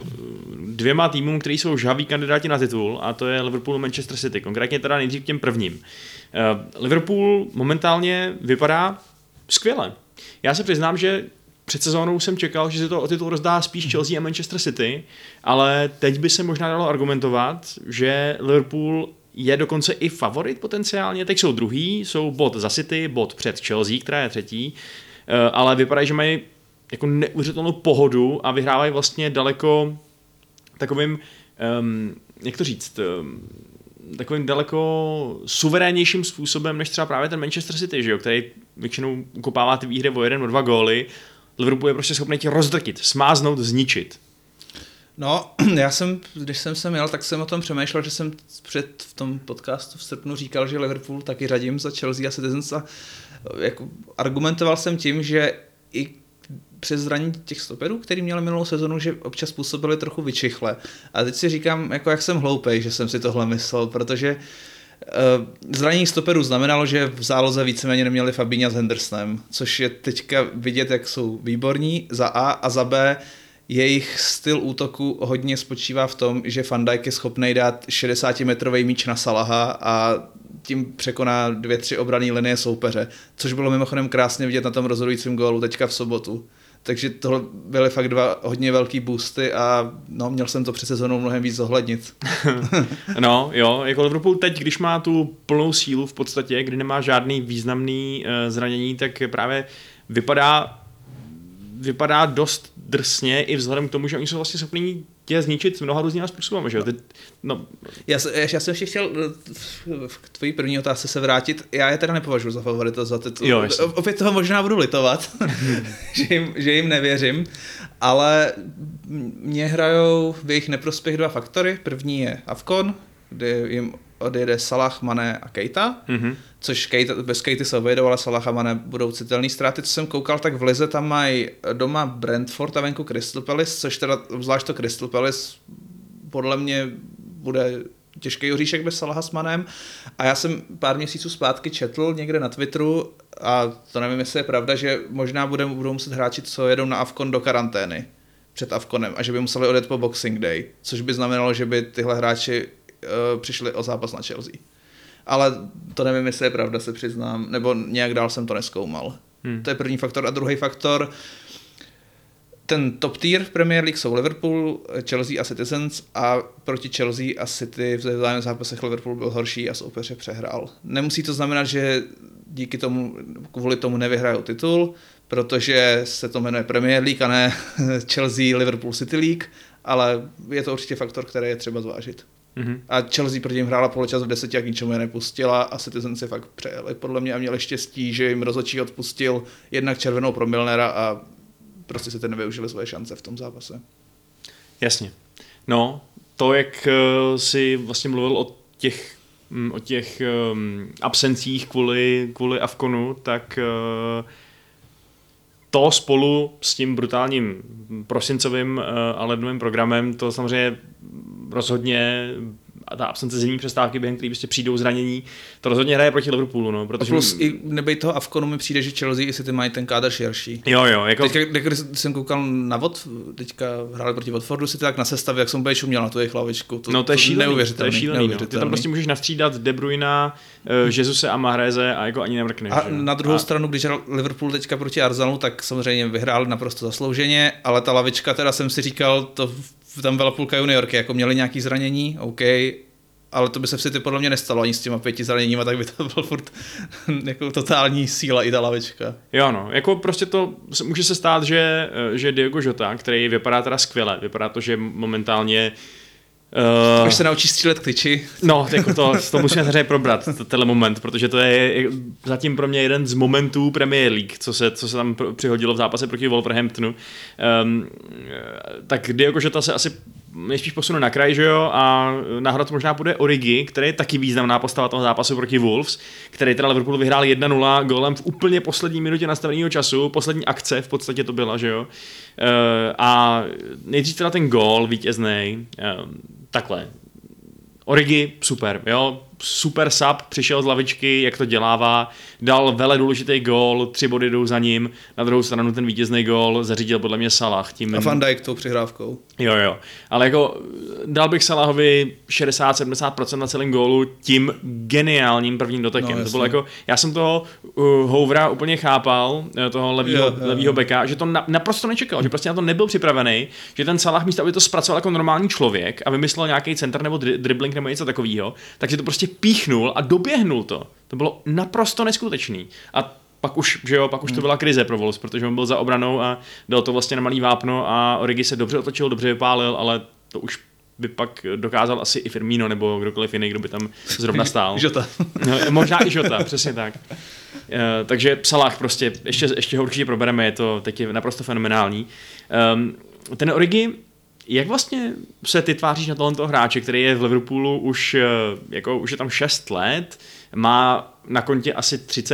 dvěma týmům, který jsou žhaví kandidáti na titul, a to je Liverpool a Manchester City. Konkrétně teda nejdřív k těm prvním. Uh, Liverpool momentálně vypadá skvěle. Já se přiznám, že před sezónou jsem čekal, že se to o titul rozdá spíš Chelsea a Manchester City, ale teď by se možná dalo argumentovat, že Liverpool je dokonce i favorit potenciálně. Teď jsou druhý, jsou bod za City, bod před Chelsea, která je třetí, ale vypadají, že mají jako neuvěřitelnou pohodu a vyhrávají vlastně daleko takovým, um, jak to říct, um, takovým daleko suverénnějším způsobem, než třeba právě ten Manchester City, že jo, který většinou ukopává ty výhry o jeden, o dva góly. Liverpool je prostě schopný tě rozdrtit, smáznout, zničit. No, já jsem, když jsem sem jel, tak jsem o tom přemýšlel, že jsem před v tom podcastu v srpnu říkal, že Liverpool taky řadím za Chelsea a Citizens a jako argumentoval jsem tím, že i přes zranění těch stoperů, který měli minulou sezonu, že občas působili trochu vyčichle. A teď si říkám, jako jak jsem hloupej, že jsem si tohle myslel, protože uh, zranění stoperů znamenalo, že v záloze víceméně neměli Fabinha s Hendersonem, což je teďka vidět, jak jsou výborní za A a za B. Jejich styl útoku hodně spočívá v tom, že Van Dijk je schopný dát šedesátimetrový míč na Salaha a tím překoná dvě, tři obranné linie soupeře, což bylo mimochodem krásně vidět na tom rozhodujícím gólu teďka v sobotu. Takže tohle byly fakt dva hodně velký boosty a no, měl jsem to před sezónou mnohem víc zohlednit. No jo, jako Liverpool teď, když má tu plnou sílu v podstatě, kdy nemá žádný významný uh, zranění, tak právě vypadá vypadá dost drsně i vzhledem k tomu, že oni jsou vlastně schopní tě zničit mnoha různými způsoby, že jo? Ty, no. já, já jsem ještě chtěl k tvojí první otázce se vrátit. Já je teda nepovažuji za favorita za titul. Jo, opět toho možná budu litovat, že, jim, že jim nevěřím, ale mě hrajou v jejich neprospěch dva faktory. První je AFCON, kdy jim odjede Salah, Mané a Keita, mm-hmm. což Keita, bez Keity se obejdou, ale Salah a Mané budou citelný ztráty. Co jsem koukal, tak v lize tam mají doma Brentford a venku Crystal Palace, což teda zvlášť to Crystal Palace podle mě bude těžký oříšek bez Salaha s Manem. A já jsem pár měsíců zpátky četl někde na Twitteru, a to nevím, jestli je pravda, že možná budou, budou muset hráči, co jedou na AFCON do karantény před AFCONem a že by museli odjet po Boxing Day, což by znamenalo, že by tyhle hráči přišli o zápas na Chelsea. Ale to nevím, jestli je pravda, se přiznám, nebo nějak dál jsem to nezkoumal. Hmm. To je první faktor. A druhý faktor, ten top tier v Premier League jsou Liverpool, Chelsea a Citizens a proti Chelsea a City v vzájemných zápasech Liverpool byl horší a soupeře přehrál. Nemusí to znamenat, že díky tomu, kvůli tomu nevyhrajou titul, protože se to jmenuje Premier League a ne Chelsea, Liverpool, City League, ale je to určitě faktor, který je třeba zvážit. Mm-hmm. A Chelsea proti ním hrála poločas v deseti a k ničemu je nepustila a Citizens si fakt přejeli podle mě a měli štěstí, že jim rozhodčí odpustil jednak červenou pro Milnera a prostě si to nevyužili své šance v tom zápase. Jasně. No, to, jak uh, si vlastně mluvil o těch, um, o těch um, absencích kvůli, kvůli AFCONu, tak uh, to spolu s tím brutálním prosincovým uh, a lednovým programem, to samozřejmě rozhodně a ta absence zimní přestávky, během který prostě přijdou zranění, to rozhodně hraje proti Liverpoolu. No, protože... A plus i nebej toho AFCONu mi přijde, že Chelsea i City mají ten kádr širší. Jo, jo. Jako... Teďka, když jsem koukal na Vod, teďka hráli proti Watfordu City, tak na sestavě, jak jsem úplně šuměl na tu jejich lavičku. To, no to je to šílený, neuvěřitelný. To je šílený, neuvěřitelný. No. Ty tam prostě můžeš nastřídat De Bruyna, uh, Jesuse a Mahreze a jako ani nemrkneš. A že? Na druhou a... stranu, když hrál Liverpool teďka proti Arsenalu, tak samozřejmě vyhráli naprosto zaslouženě, ale ta lavička, teda jsem si říkal, to tam byla půlka juniorky, jako měli nějaký zranění, OK, ale to by se v City podle mě nestalo ani s těma pěti zraněníma, tak by to byl furt jako totální síla i ta lavička. Jo no, jako prostě to může se stát, že, že Diogo Jota, který vypadá teda skvěle, vypadá to, že momentálně Uh, Až se naučí střílet k tyči. No, jako to, to musíme samozřejmě probrat, tenhle moment, protože to je zatím pro mě jeden z momentů Premier League, co se, co se tam přihodilo v zápase proti Wolverhamptonu. Um, tak Diogo Jota se asi nejspíš posune na kraj, že jo, a nahrad možná bude Origi, který je taky významná postava toho zápasu proti Wolves, který teda Liverpool vyhrál jedna nula gólem v úplně poslední minutě nastaveného času, poslední akce v podstatě to byla, že jo. Uh, a nejdřív teda ten gól vítěznej, uh, takhle. Origi, super, jo, super sub, přišel z lavičky, jak to dělává, dal vele důležitý gól, tři body jdou za ním, na druhou stranu ten vítězný gól zařídil podle mě Salah. Tím... A Van Dijk tou přihrávkou. Jo, jo, ale jako dal bych Salahovi šedesát až sedmdesát procent na celém gólu tím geniálním prvním dotekem. No, to bylo jako, já jsem toho uh, Houvera úplně chápal, toho levýho, jo, jo. levýho beka, že to na, naprosto nečekal, že prostě na to nebyl připravený, že ten Salah místo, aby to zpracoval jako normální člověk a vymyslel nějaký center nebo dri- dribbling nebo něco takového, takže to prostě píchnul a doběhnul to. To bylo naprosto neskutečný. A pak už, že jo, pak už to byla krize pro Wolves, protože on byl za obranou a dal to vlastně na malý vápno a Origi se dobře otočil, dobře vypálil, ale to už by pak dokázal asi i Firmino nebo kdokoliv jiný, kdo by tam zrovna stál. Jota. No, možná i Jota, přesně tak. Uh, takže Salah prostě, ještě, ještě ho určitě probereme, je to teď je naprosto fenomenální. Um, ten Origi, jak vlastně se ty tváříš na tohle hráče, který je v Liverpoolu už, jako, už je tam šest let, má na kontě asi třicet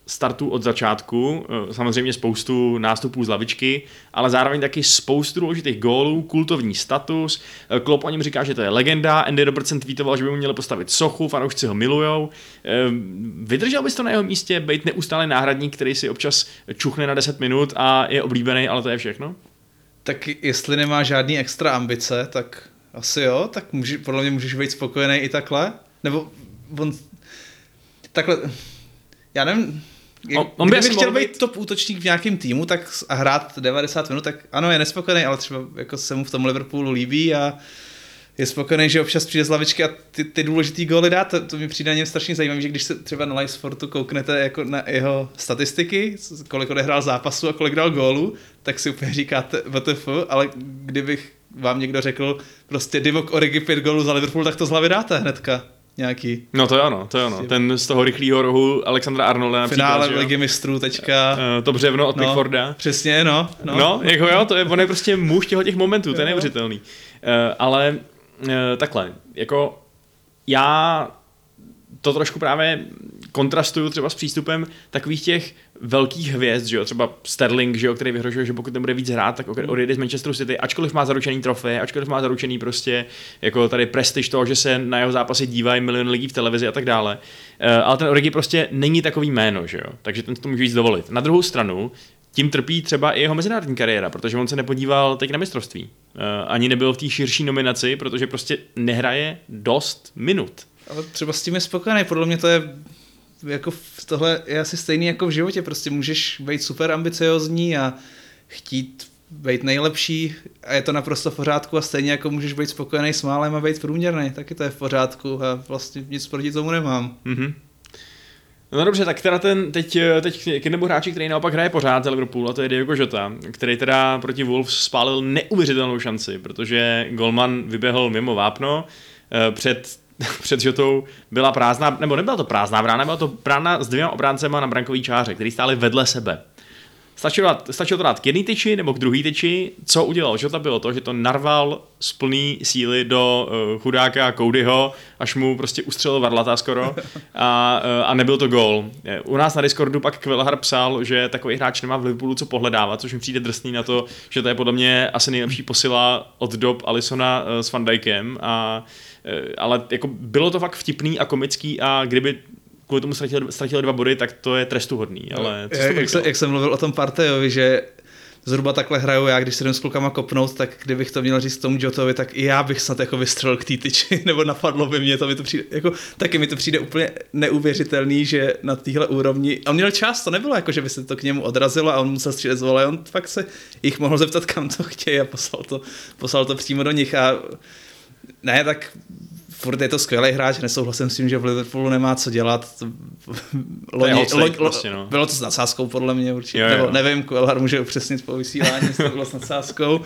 startů od začátku, samozřejmě spoustu nástupů z lavičky, ale zároveň taky spoustu důležitých gólů, kultovní status. Klopp o něm říká, že to je legenda, Andy Robertson tweetoval, že by mu měli postavit sochu, fanoušci ho milujou. Vydržel bys to na jeho místě, být neustále náhradník, který si občas čuchne na deset minut a je oblíbený, ale to je všechno? Tak jestli nemá žádný extra ambice, tak asi jo, tak může, podle mě můžeš být spokojený i takhle. Nebo on takhle, já nevím, on, on by chtěl být, být top útočník v nějakém týmu tak a hrát devadesát minut, tak ano, je nespokojený, ale třeba jako se mu v tom Liverpoolu líbí a je spokojený, že občas přijde z lavičky a ty, ty důležitý góly dá, to, to mi přijde na něm strašně zajímavé, že když se třeba na Livesportu kouknete jako na jeho statistiky, kolik odehrál zápasu a kolik dal gólů, tak si úplně říkáte W T F, ale kdybych vám někdo řekl prostě Divock Origi pět gólů za Liverpool, tak to z hlavy dáte hnedka. Nějaký. No to je ono, to je ono. Ten z toho rychlého rohu Alexandra Arnolda například. Finále Ligy mistrů teďka. To břevno od no, Pickforda. Přesně, no. No, no jako jo, to je, on je prostě muž těho těch momentů, to je neuvěřitelný. Uh, ale uh, takhle, jako já to trošku právě kontrastuju třeba s přístupem takových těch velkých hvězd, že jo, třeba Sterling, že jo, který vyhrožuje, že pokud nebude víc hrát, tak odejde z Manchesteru City, ačkoliv má zaručený trofej, ačkoliv má zaručený prostě jako tady prestiž toho, že se na jeho zápasy dívají milion lidí v televizi a tak dále. Uh, ale ten Origi prostě není takový jméno, že jo, takže ten to může víc dovolit. Na druhou stranu, tím trpí třeba i jeho mezinárodní kariéra, protože on se nepodíval teď na mistrovství. Uh, ani nebyl v té širší nominaci, protože prostě nehraje dost minut. Ale třeba s tím je spokojený, podle mě to je jako v tohle je asi stejný jako v životě, prostě můžeš být super ambiciozní a chtít být nejlepší a je to naprosto v pořádku a stejně jako můžeš být spokojený s málem a být průměrný, taky to je v pořádku a vlastně nic proti tomu nemám. Mm-hmm. No dobře, tak teda ten, teď, teď k nebo hráči, který naopak hraje pořád za Liverpool, a to je Diogo Jota, který teda proti Wolves spálil neuvěřitelnou šanci, protože golman vyběhl mimo vápno, před před Jotou byla prázdná, nebo nebyla to prázdná brána, byla to brána s dvěma obráncema na brankový čáře, který stáli vedle sebe. Stačilo, dát, stačilo to dát k jedný tyči nebo k druhý tyči. Co udělal Jota bylo to, že to narval z plný síly do uh, chudáka Codyho, až mu prostě ustřelil varlata skoro a, uh, a nebyl to gól. U nás na Discordu pak Kvelhar psal, že takový hráč nemá v Liverpoolu co pohledávat, což mi přijde drsný na to, že to je podle mě asi nejlepší posila od dob Alissona uh, s Van Dijkem, a, uh, ale jako bylo to fakt vtipný a komický a kdyby kvůli tomu ztratili, ztratili dva body, tak to je trestuhodný. Ale co jak, jak, se, jak jsem mluvil o tom Partejovi, že zhruba takhle hraju já, když se jdem s klukama kopnout, tak kdybych to měl říct tomu Jotovi, tak i já bych snad jako vystřelil k té tyči, nebo napadlo by mě to, mi to přijde, jako, taky mi to přijde úplně neuvěřitelný, že na téhle úrovni, on měl čas, to nebylo jako, že by se to k němu odrazilo a on musel střílet z vole, on fakt se jich mohl zeptat, kam to chtějí a poslal to, poslal to přímo do nich a ne, tak furt je to skvělý hráč, nesouhlasím s tím, že v Liverpoolu nemá co dělat. Loni, to loni, prostě, no. Bylo to s nadsázkou podle mě určitě, jo, jo. Nebo, nevím, Kvelhar může upřesnit po vysílání, jestli to bylo s nadsázkou,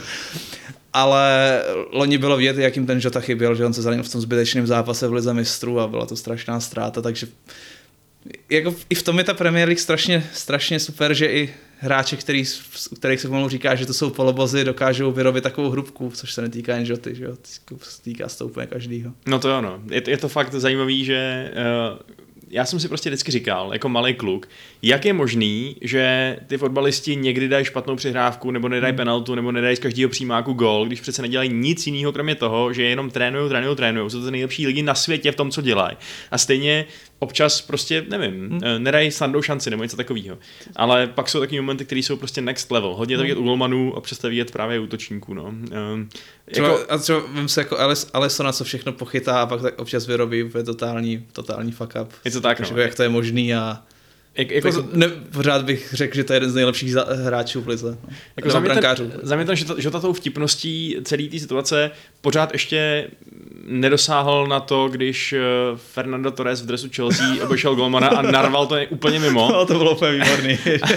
ale loni bylo vidět, jakým ten Jota chyběl, že on se zranil v tom zbytečném zápase v Lize mistrů a byla to strašná ztráta, takže jako i v tom je ta Premier League strašně, strašně super, že i hráči, který, kterých se pomalu říká, že to jsou polobozy, dokážou vyrobit takovou hrubku, což se netýká jen Joty, že jo, týká se to úplně každýho. No to ano, je, je to fakt zajímavý, že uh, já jsem si prostě vždycky říkal, jako malý kluk, jak je možný, že ty fotbalisti někdy dají špatnou přihrávku, nebo nedají hmm. penaltu, nebo nedají z každého přímáku gól, když přece nedělají nic jiného, kromě toho, že jenom trénujou, trénujou, trénujou, jsou to nejlepší lidi na světě v tom, co dělají. A stejně občas prostě, nevím, hmm. nedají snadnou šanci nebo něco takového. Ale pak jsou taky momenty, které jsou prostě next level. Hodně to vidět u golmanů a přestat vidět právě útočníků. No. Um, třeba, jako... A třeba vím se jako Alissona, co všechno pochytá a pak tak občas vyrobí úplně totální, totální fuck up. Je to tak, no. no. Jak to je možný a Jak, jako, tak, ne, pořád bych řekl, že to je jeden z nejlepších za, hráčů v lize. No. Jako za mě ten, za mě ten, že, to, že tato vtipností celé té situace pořád ještě nedosáhl na to, když Fernando Torres v dresu Chelsea obešel golmana a narval to úplně mimo. No, to bylo úplně výborný.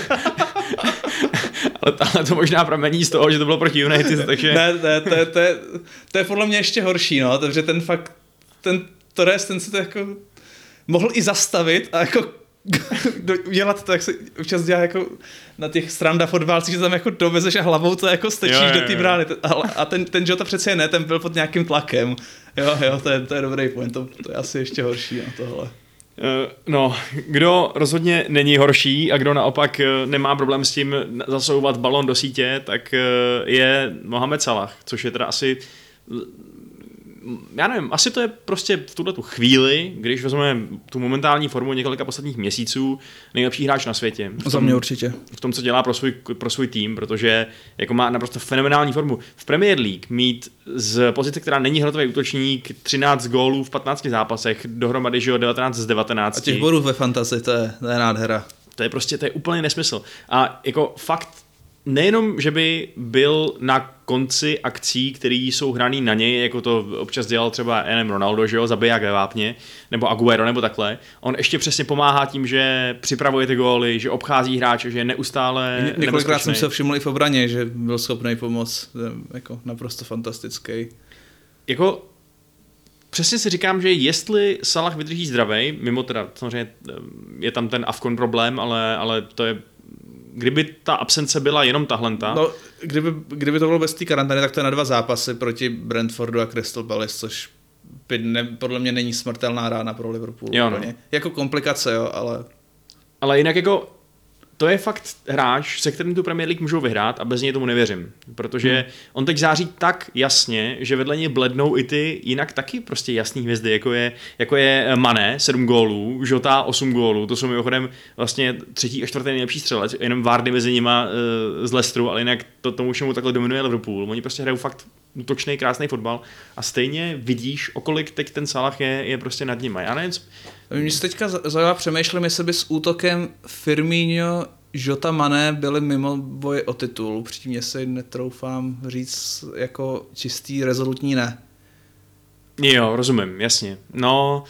ale, ale to možná pramení z toho, že to bylo proti United, takže... Ne, ne to, je, to, je, to je podle mě ještě horší, no, takže ten fakt, ten Torres, ten se to jako mohl i zastavit a jako udělat to, jak se občas dělá jako na těch stranda fotbalcích, že tam jako dovezeš a hlavou to jako stečíš jo, jo, jo. do té brány. A ten, ten Jota přece je ne, ten byl pod nějakým tlakem. Jo, jo, to je, to je dobrý point, to, to je asi ještě horší na tohle. No, kdo rozhodně není horší a kdo naopak nemá problém s tím zasouvat balon do sítě, tak je Mohamed Salah, což je teda asi, já nevím, asi to je prostě v tuhletu chvíli, když vezmeme tu momentální formu několika posledních měsíců, nejlepší hráč na světě. V tom, Za mě určitě. V tom, co dělá pro svůj, pro svůj tým, protože jako má naprosto fenomenální formu. V Premier League mít z pozice, která není hrotový útočník, třináct gólů v patnácti zápasech, dohromady, že jo, devatenáct z devatenácti. A těch bodů ve fantasy, to je, to je nádhera. To je prostě, to je úplně nesmysl. A jako fakt, nejenom, že by byl na konci akcí, které jsou hraný na něj, jako to občas dělal třeba Enem Ronaldo, že jo, zabiják ve vápně, nebo Aguero, nebo takhle. On ještě přesně pomáhá tím, že připravuje ty góly, že obchází hráče, že je neustále Ně- Několikrát jsem se všiml i v obraně, že byl schopný pomoct, jako naprosto fantastický. Jako přesně si říkám, že jestli Salah vydrží zdravej, mimo teda samozřejmě je tam ten Afcon problém, ale, ale to je, kdyby ta absence byla jenom tahlenta. No, kdyby, kdyby to bylo bez té karantény, tak to je na dva zápasy proti Brentfordu a Crystal Palace, což by ne, podle mě není smrtelná rána pro Liverpool. Jo, no. Jako komplikace, jo, ale... Ale jinak jako to je fakt hráč, se kterým tu Premier League můžou vyhrát a bez něj tomu nevěřím. Protože hmm. on teď září tak jasně, že vedle něj blednou i ty jinak taky prostě jasný hvězdy, jako je, jako je Mané, sedm gólů, Jota, osm gólů, to jsou mimochodem vlastně třetí a čtvrtý nejlepší střelec, jenom Vardy mezi nima uh, z Leicesteru, ale jinak to tomu všemu takhle dominuje Liverpool. Oni prostě hrajou fakt útočný, krásný fotbal a stejně vidíš, o kolik teď ten Salah je, je prostě nad nima. Já nevím, Mě se teďka zajímá, přemýšlím, jestli by s útokem Firmino, Jota, Mané byli mimo boj o titul. Upřímně si netroufám říct jako čistý, rezolutní ne. Jo, rozumím, jasně. No,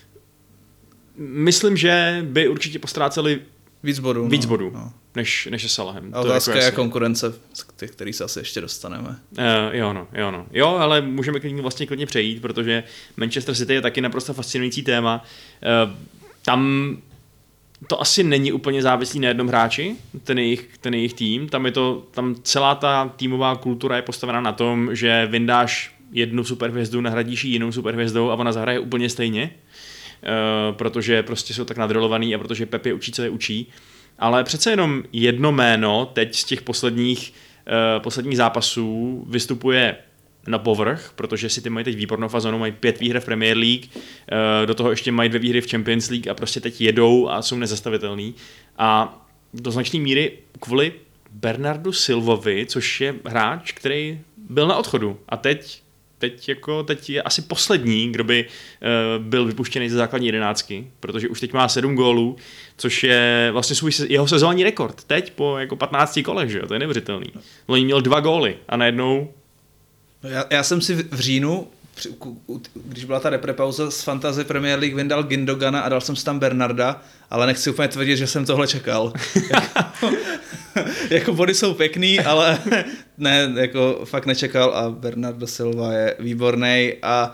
myslím, že by určitě postráceli víc bodů, víc no, bodů no. než, než je Salahem. A otázka jako je konkurence, k který se asi ještě dostaneme. Uh, jo, no, jo, no. Jo, ale můžeme klidně, vlastně klidně přejít, protože Manchester City je taky naprosto fascinující téma. Uh, tam to asi není úplně závislý na jednom hráči, ten jejich, ten jejich tým. Tam je to, tam celá ta týmová kultura je postavená na tom, že vyndáš jednu superhvězdu, nahradíš ji jinou superhvězdou a ona zahraje úplně stejně, uh, protože prostě jsou tak nadrolovaný a protože Pep je učí, co je učí. Ale přece jenom jedno jméno teď z těch posledních, uh, posledních zápasů vystupuje na povrch, protože si ty mají teď výbornou fazonu, mají pět výher v Premier League, uh, do toho ještě mají dvě výhry v Champions League a prostě teď jedou a jsou nezastavitelný. A do značné míry kvůli Bernardu Silvovi, což je hráč, který byl na odchodu a teď Teď, jako, teď je asi poslední, kdo by uh, byl vypuštěný ze základní jedenáctky, protože už teď má sedm gólů, což je vlastně svůj, jeho sezónní rekord. Teď po jako patnácti kolech, že jo? To je neuvěřitelný. On měl dva góly a najednou... Já, já jsem si v říjnu, když byla ta reprepauza z Fantasy Premier League, vyndal Gündogana a dal jsem si tam Bernarda, ale nechci úplně tvrdit, že jsem tohle čekal. jako, jako body jsou pěkný, ale ne, jako fakt nečekal a Bernardo Silva je výborný a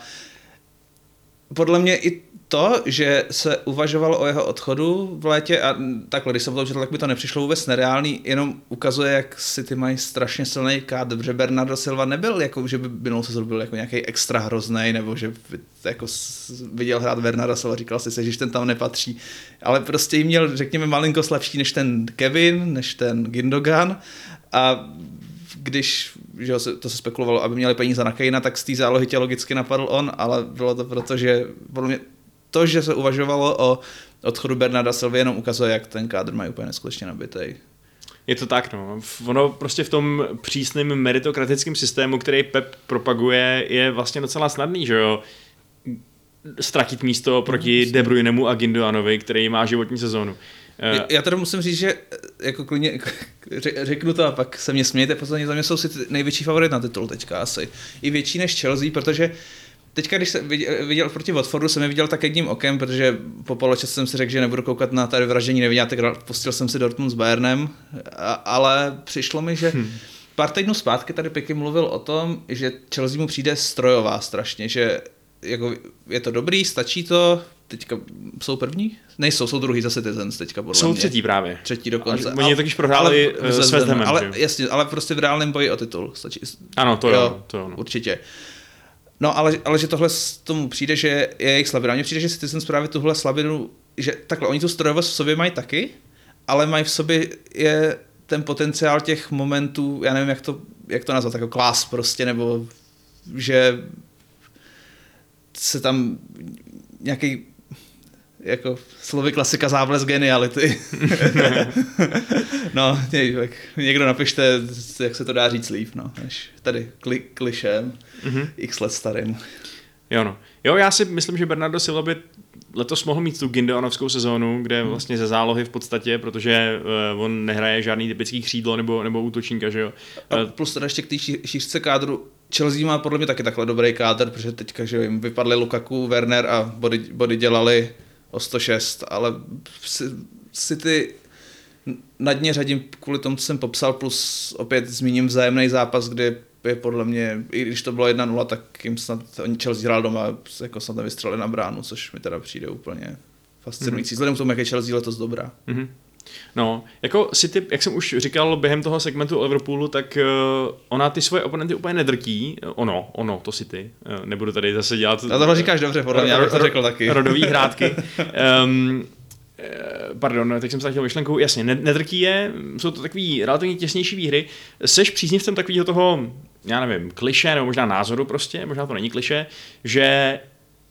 podle mě i to, že se uvažovalo o jeho odchodu v létě a takhle, když jsem to četl, tak mi to nepřišlo vůbec nereálný, jenom ukazuje, jak si ty mají strašně silný kádr, že Bernardo Silva nebyl, jako, že by minulou sezónu byl jako nějaký extra hroznej, nebo že by jako viděl hrát Bernarda Silva, říkal si, že ten tam nepatří, ale prostě jí měl, řekněme, malinko slabší než ten Kevin, než ten Gündogan a když, že to se spekulovalo, aby měli peníze na Kejna, tak z té zálohy tě logicky napadl on, ale bylo to proto, že podle mě to, že se uvažovalo o odchodu Bernarda Silvy, jenom ukazuje, jak ten kádr má úplně neskutečně nabitej. Je to tak, no. Ono prostě v tom přísném meritokratickém systému, který Pep propaguje, je vlastně docela snadný, že jo? Ztratit místo proti De Bruynemu a Gündoganovi, který má životní sezónu. Já, já teda musím říct, že jako klidně řeknu to a pak se mě smějte, posledně za mě jsou si největší favorit na titul teďka asi. I větší než Chelsea, protože teďka, když jsem viděl, viděl proti Watfordu, jsem je viděl tak jedním okem, protože po poločase jsem si řekl, že nebudu koukat na tady vraždění nevidět, tak pustil jsem si Dortmund s Bayernem, a, ale přišlo mi, že hmm. pár týdnů zpátky tady Piky mluvil o tom, že Chelsea mu přijde strojová strašně, že jako je to dobrý, stačí to, teďka jsou první? Nejsou, jsou druhý za Citizens teďka podle jsou mě. Jsou třetí právě. Třetí dokonce. Oni takyž prohráli s West Hamem. Ale jasně, ale prostě v reálném boji o titul stačí. Ano, to jo, to jo. No. Určitě. No, ale, ale že tohle z tomu přijde, že je jejich slabina. Mně přijde, že Citizens právě tuhle slabinu, že takhle, oni tu strojovost v sobě mají taky, ale mají v sobě je ten potenciál těch momentů, já nevím, jak to, jak to nazvat, jako class prostě, nebo že se tam nějaký jako slovy klasika závles geniality. No, tak někdo napište, jak se to dá říct líp, no, než tady kli, klišem, mm-hmm. x let starým. Jo, no. Jo, já si myslím, že Bernardo Silva by letos mohl mít tu Gindeonovskou sezónu, kde hmm. vlastně ze zálohy v podstatě, protože uh, on nehraje žádný typický křídlo nebo, nebo útočníka, že jo. A plus teda ještě k té šířce kádru, Chelsea má podle mě taky takhle dobrý kádr, protože teďka, že jim vypadli Lukaku, Werner a body, body dělali o sto šest, ale si, si ty na dně řadím kvůli tomu, co jsem popsal, plus opět zmíním vzájemný zápas, kdy je podle mě, i když to bylo jedna nula, tak jim snad, oni Chelsea hrál doma, jako snad nevystřelili na bránu, což mi teda přijde úplně fascinující. Mm-hmm. Vzhledem k tomu, jak je Chelsea letos dobrá. Mm-hmm. No, jako City, jak jsem už říkal během toho segmentu o Liverpoolu, tak uh, ona ty svoje oponenty úplně nedrtí. Ono, ono, to City. Uh, nebudu tady zase dělat... A tohle říkáš dobře, podle mě, já bych to řekl taky. Rodový hrádky. Um, Pardon, teď jsem se chtěl myšlenkou, jasně, nedrtí je, jsou to takový relativně těsnější výhry. Seš příznivcem takového toho, já nevím, kliše, nebo možná názoru prostě, možná to není kliše, že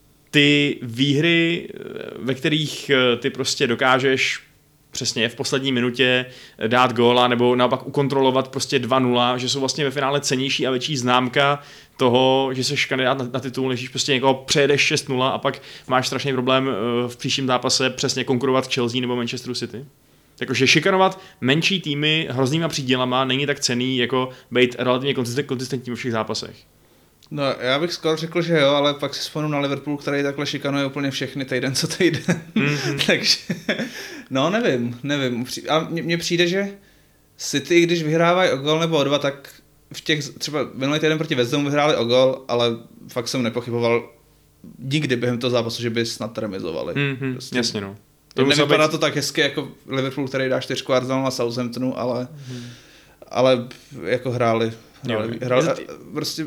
ty výhry, ve kterých ty prostě dokážeš přesně v poslední minutě dát góla nebo naopak ukontrolovat prostě dva nula, že jsou vlastně ve finále cennější a větší známka toho, že jsi kandidát na, na titul, než prostě někoho přejedeš šest nula a pak máš strašný problém v příštím zápase přesně konkurovat Chelsea nebo Manchesteru City. Jakože šikanovat menší týmy hroznýma přídělama není tak cenný, jako být relativně konzistentní ve všech zápasech. No, já bych skoro řekl, že jo, ale pak si vzpomenu na Liverpool, který takhle šikanuje úplně všechny týden co týden. Mm-hmm. Takže, no nevím, nevím. A mně přijde, že City, když vyhrávají o gol nebo o dva, tak v těch, třeba minulý týden proti West Hamu vyhráli o gol, ale fakt jsem nepochyboval nikdy během toho zápasu, že by snad remizovali. Mm-hmm, prostě, jasně no. To nevypadá být... to tak hezky jako Liverpool, který dá čtyřku Arsenalu a Southamptonu, ale, mm-hmm. ale jako hráli. hráli, jo, hráli a prostě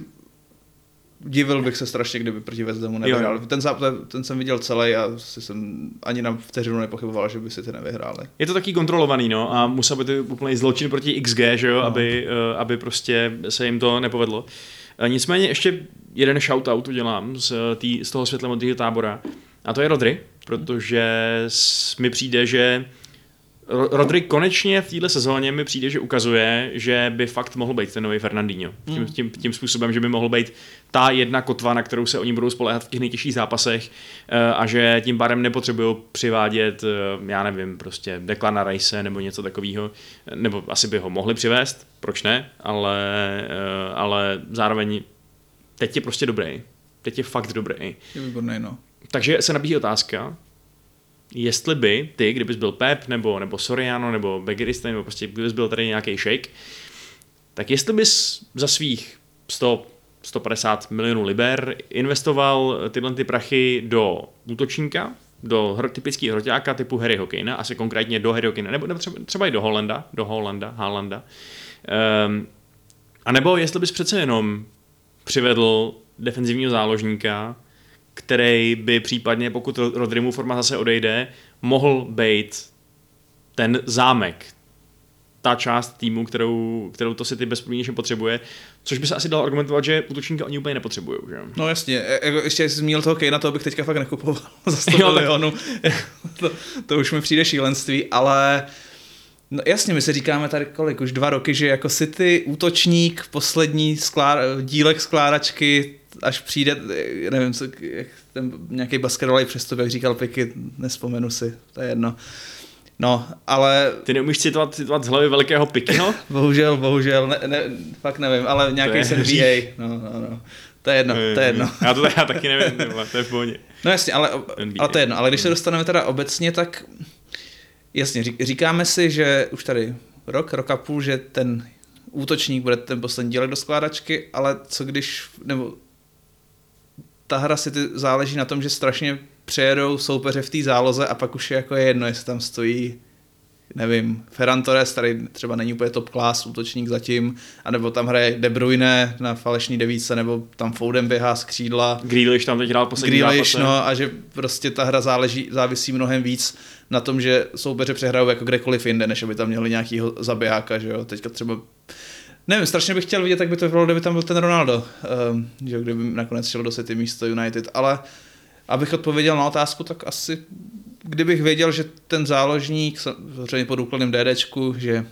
divil bych se strašně, kdyby proti West Hamu nevyhráli. Ten, ten jsem viděl celý a jsem ani na vteřinu nepochyboval, že by si ty nevyhráli. Je to taky kontrolovaný, no, a musel by to úplný zločin proti X G, že jo, no. aby, aby prostě se jim to nepovedlo. Nicméně ještě jeden shoutout udělám z, tý, z toho světle modrého tábora, a to je Rodri, protože mi přijde, že Rodri konečně v této sezóně mi přijde, že ukazuje, že by fakt mohl být ten nový Fernandinho. Tím, tím, tím způsobem, že by mohl být ta jedna kotva, na kterou se oni budou spoléhat v těch nejtěžších zápasech a že tím pádem nepotřebují přivádět, já nevím, prostě Declana Rice nebo něco takového, nebo asi by ho mohli přivést, proč ne, ale, ale zároveň teď je prostě dobrý. Teď je fakt dobrý. Je výborný, no. Takže se nabízí otázka, jestli by ty, kdybys byl Pep, nebo, nebo Soriano, nebo Begiristan, nebo prostě kdybys byl tady nějaký shake, tak jestli bys za svých sto, sto padesát milionů liber investoval tyhle ty prachy do útočníka, do hro, typického hroťáka typu Harryho Kanea, asi konkrétně do Harryho Kanea, nebo, nebo třeba, třeba i do Holanda, do Holanda, Haalanda, um, a nebo jestli bys přece jenom přivedl defenzivního záložníka, který by případně, pokud Rodrimu forma zase odejde, mohl být ten zámek, ta část týmu, kterou, kterou to City bezpodmínečně potřebuje, což by se asi dalo argumentovat, že útočníka oni úplně nepotřebují. Že? No jasně, jako ještě jsi zmínil toho Kanea, toho bych teďka fakt nekupoval za sto milionů. to, to už mi přijde šílenství, ale no jasně, my si říkáme tady kolik, už dva roky, že jako City útočník, poslední sklá, dílek skládačky, až přijde, nevím, co, jak ten nějaký basketbalový přestup, jak říkal Piky, nespomenu si, to je jedno. No, ale... Ty neumíš citovat, citovat z hlavy velkého Pikyho? bohužel, bohužel, ne, ne, fakt nevím, ale nějaký z N B A, no, no, no. To je jedno, to je jedno. Já to já taky nevím, to je v pohodě. No jasně, ale, ale to je jedno, ale když se dostaneme teda obecně, tak jasně, říkáme si, že už tady rok, rok a půl, že ten útočník bude ten poslední dílek do skládačky, ale co když, nebo ta hra si ty záleží na tom, že strašně přejedou soupeře v té záloze a pak už je jako je jedno, jestli tam stojí nevím, Ferran Torres, tady třeba není úplně top class útočník zatím, anebo tam hraje De Bruyne na falešný devíce, nebo tam Foden běhá z křídla. Grealish tam teď hrál poslední Grealish, zápase. no, a že prostě ta hra záleží, závisí mnohem víc na tom, že soupeře přehrajou jako kdekoliv jinde, než aby tam měli nějakýho zabijáka, že jo, teďka třeba nevím, strašně bych chtěl vidět, jak by to vypadalo, kdyby tam byl ten Ronaldo, um, že kdyby nakonec šel do City místo United, ale abych odpověděl na otázku, tak asi kdybych věděl, že ten záložník, samozřejmě pod úkladným DDčku, že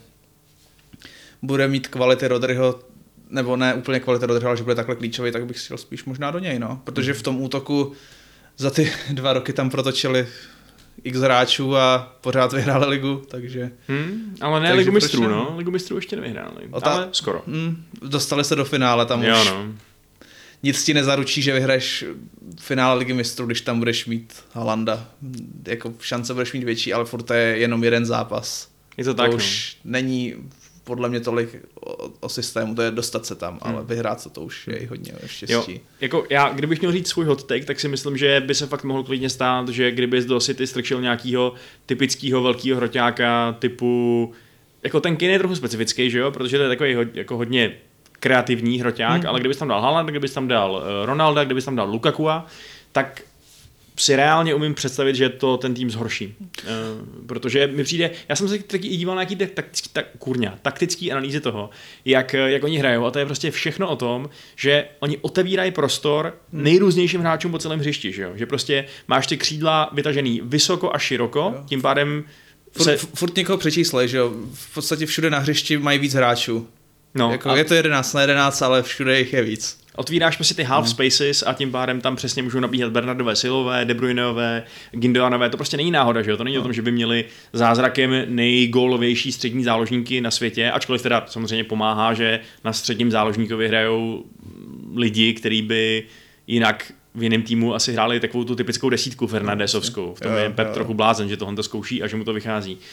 bude mít kvality Rodryho, nebo ne úplně kvality Rodryho, ale že bude takhle klíčový, tak bych šel spíš možná do něj, no. Protože v tom útoku za ty dva roky tam protočili x hráčů a pořád vyhráli ligu, takže... Hmm, ale ne takže ligu mistrů, proč ne? no. Ligu mistrů ještě nevyhráli, Ota- ale skoro. Hmm, dostali se do finále, tam Jo, už no. nic ti nezaručí, že vyhraješ finále ligy mistrů, když tam budeš mít Haalanda. Jako šance budeš mít větší, ale furt to je jenom jeden zápas. Je to, To tak, už není podle mě tolik o, o systému, to je dostat se tam, Hmm. ale vyhrát to, to už je i hodně štěstí. Jo, jako já, kdybych měl říct svůj hot take, tak si myslím, že by se fakt mohl klidně stát, že kdyby do City strčil nějakého typického velkého hroťáka typu, jako ten Kane je trochu specifický, že jo, protože to je takový ho, jako hodně kreativní hroťák, hmm. ale kdybys tam dal Haaland, kdybys tam dal Ronalda, kdybys tam dal Lukakua, tak si reálně umím představit, že to ten tým zhorší. Uh, protože mi přijde, já jsem se taky i díval na nějaký taktický, tak, kurňa, taktický analýzy toho, jak, jak oni hrajou, a to je prostě všechno o tom, že oni otevírají prostor nejrůznějším hráčům po celém hřišti, že jo? Že prostě máš ty křídla vytažený vysoko a široko, jo. Tím pádem se... Furt, furt někoho přečíslej, že jo? V podstatě všude na hřišti mají víc hráčů. No, jako, a... je to jedenáct na jedenáct, ale všude jich je víc. Otvíráš prostě ty half spaces a tím pádem tam přesně můžou nabíhat Bernardové, Silové, De Bruyneové, Gündoganové. To prostě není náhoda, že jo? To není no. o tom, že by měli zázrakem nejgólovější střední záložníky na světě, ačkoliv teda samozřejmě pomáhá, že na středním záložníkovi hrajou lidi, kteří by jinak v jiném týmu asi hráli takovou tu typickou desítku Fernandesovskou. V tom jo, je Pep jo. trochu blázen, že tohle to zkouší a že mu to vychází. Uh,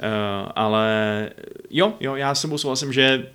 ale jo, jo, já s sebou souhlasím, že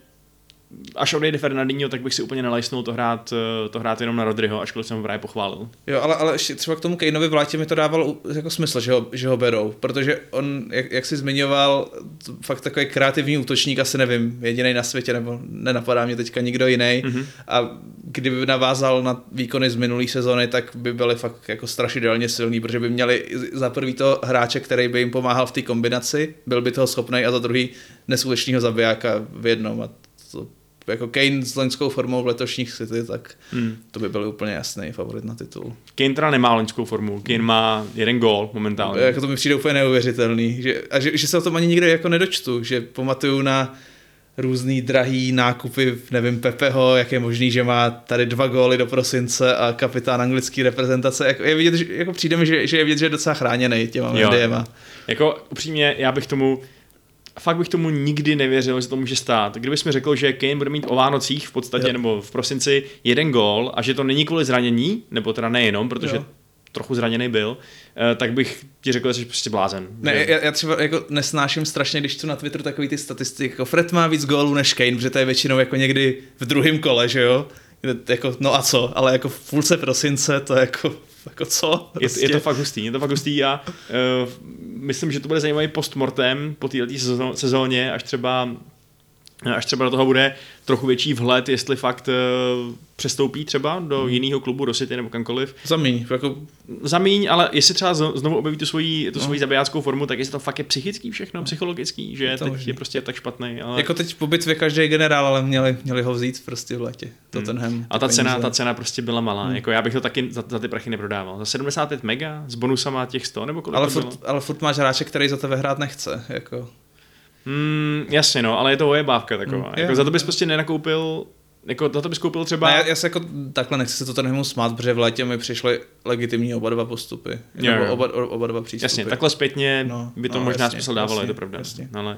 až odejde Fernandinho, tak bych si úplně nelajsnul to hrát, to hrát jenom na Rodryho, ačkoliv jsem ho právě pochválil. Jo, ale, ale ještě třeba k tomu Kaneovi v létě mi to dávalo jako smysl, že ho, že ho berou, protože on, jak, jak jsi zmiňoval, fakt takový kreativní útočník, asi nevím, jedinej na světě, nebo nenapadá mě teďka nikdo jiný. Mm-hmm. A kdyby navázal na výkony z minulé sezony, tak by byli fakt jako strašidelně silní, protože by měli za prvý toho hráče, který by jim pomáhal v té kombinaci, byl by toho schopný, a za druhý neskutečného zabijáka v jednom. A to, jako Kane s loňskou formou v letošních City, tak hmm. to by byl úplně jasný favorit na titul. Kane teda nemá loňskou formu, Kane má jeden gól momentálně. Jako to mi přijde úplně neuvěřitelný, že, a že, že se o tom ani nikdy jako nedočtu, že pamatuju na různý drahý nákupy, nevím, Pepeho, jak je možný, že má tady dva góly do prosince a kapitán anglické reprezentace. Jako, je vidět, že, jako přijde mi, že, že je vidět, že je docela chráněný těma médiema. Jako upřímně, já bych tomu fakt bych tomu nikdy nevěřil, že to může stát. Kdybys mi řekl, že Kane bude mít o Vánocích v podstatě, jo. nebo v prosinci jeden gól a že to není kvůli zranění, nebo teda nejenom, protože jo. trochu zraněný byl, tak bych ti řekl, že jsi prostě blázen. Ne, já, já třeba jako nesnáším strašně, když tu na Twitteru takový ty statistiky, jako Fred má víc gólů než Kane, protože to je většinou jako někdy v druhém kole, že jo? Jako, no a co, ale jako v půlce prosince to je jako, jako co? Prostě. Je, je to fakt hustý, je to fakt hustý a uh, myslím, že to bude zajímavý postmortem po této sezóně, až třeba až třeba do toho bude trochu větší vhled, jestli fakt uh, přestoupí třeba do hmm. jiného klubu, do City nebo kamkoliv. Zamíň. Jako... Zamíň, ale jestli třeba znovu objeví tu svoji, tu no. svoji zabijáckou formu, tak jestli to fakt je psychický všechno, psychologický, že teď možný. Je prostě tak špatný. Ale... Jako teď po bitvě každý generál, ale měli, měli ho vzít prostě v létě. Tottenham. Hmm. A ta cena, ta cena prostě byla malá. Hmm. Jako já bych to taky za, za ty prachy neprodával. Za sedmdesát pět mega s bonusama těch sto nebo kolik ale to furt, bylo? ale furt máš hráče, který za tebe hrát nechce. Jako... Mm, jasně, no, ale je to ojebávka taková. Mm, jako je, za to bys je. prostě nenakoupil, jako za to bys koupil třeba... Ne, já, já se jako takhle nechci se to Tottenhamu smát, protože v létě mi přišly legitimní oba dva postupy. Jo, nebo oba, oba dva přístupy. Jasně, takhle zpětně no, by to no, možná jasně, smysl dávalo, jasně, je to pravda. Jasně. Ale...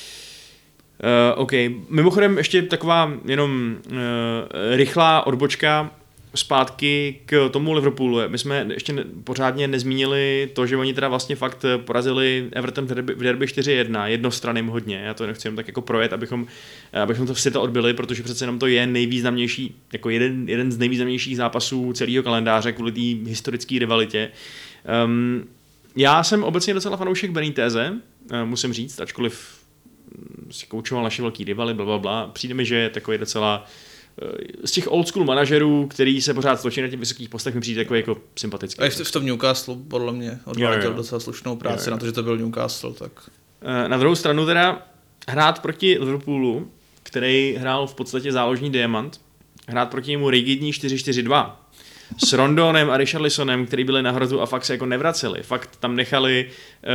Uh, OK, mimochodem ještě taková jenom uh, rychlá odbočka zpátky k tomu Liverpoolu. My jsme ještě ne, pořádně nezmínili to, že oni teda vlastně fakt porazili Everton v derby, v derby čtyři jedna, jednostranným hodně. Já to nechci jenom tak jako projet, abychom, abychom to si to odbyli, protože přece jenom to je nejvýznamnější, jako jeden, jeden z nejvýznamnějších zápasů celého kalendáře kvůli té historické rivalitě. Um, já jsem obecně docela fanoušek Beniteze, musím říct, ačkoliv si koučoval naše velký rivaly, blablabla. Přijde mi, že je takový docela z těch old school manažerů, který se pořád točí na těch vysokých postech, mi přijde takový jako sympatický. A v tom Newcastle podle mě odváděl docela slušnou práci jo, jo. na to, že to byl Newcastle. Tak. Na druhou stranu teda hrát proti Liverpoolu, který hrál v podstatě záložní diamant, hrát proti němu rigidní čtyři čtyři dva s Rondonem a Richarlisonem, který byli na hrotu a fakt se jako nevraceli. Fakt tam nechali,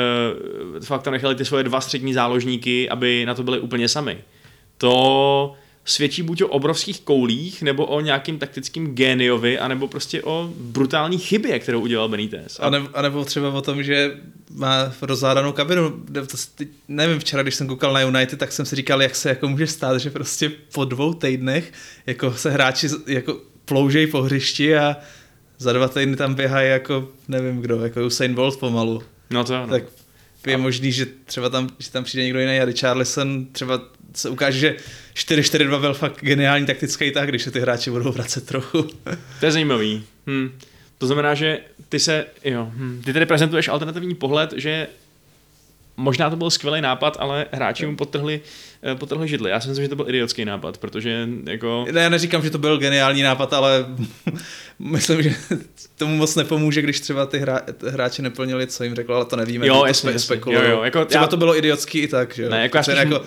uh, fakt tam nechali ty svoje dva střední záložníky, aby na to byli úplně sami. To svědčí buď o obrovských koulích, nebo o nějakým taktickým géniovi, anebo prostě o brutální chybě, kterou udělal Benitez. A, ne, a nebo třeba o tom, že má rozhádanou kabinu. Nevím, včera, když jsem koukal na United, tak jsem si říkal, jak se jako může stát, že prostě po dvou týdnech jako se hráči jako ploužejí po hřišti a za dva týdny tam běhají jako, nevím kdo, jako Usain Bolt pomalu. No to ano. Tak je možný, že třeba tam, že tam přijde někdo jiný a Richarlison třeba se ukáže, že čtyři čtyři dva byl fakt geniální taktický tah, když se ty hráči budou vracet trochu. To je zajímavý. Hm. To znamená, že ty se, jo, hm. ty tedy prezentuješ alternativní pohled, že možná to byl skvělý nápad, ale hráči mu potrhli, potrhli židli. Já si myslím, že to byl idiotský nápad, protože jako... Ne, já neříkám, že to byl geniální nápad, ale myslím, že tomu moc nepomůže, když třeba ty hra, hráči neplnili, co jim řekl, ale to nevíme. Jo, to jasně, spe- jo, jo, jako třeba já... to bylo idiotský i tak, že jo. Ne, jako já spíš... jako,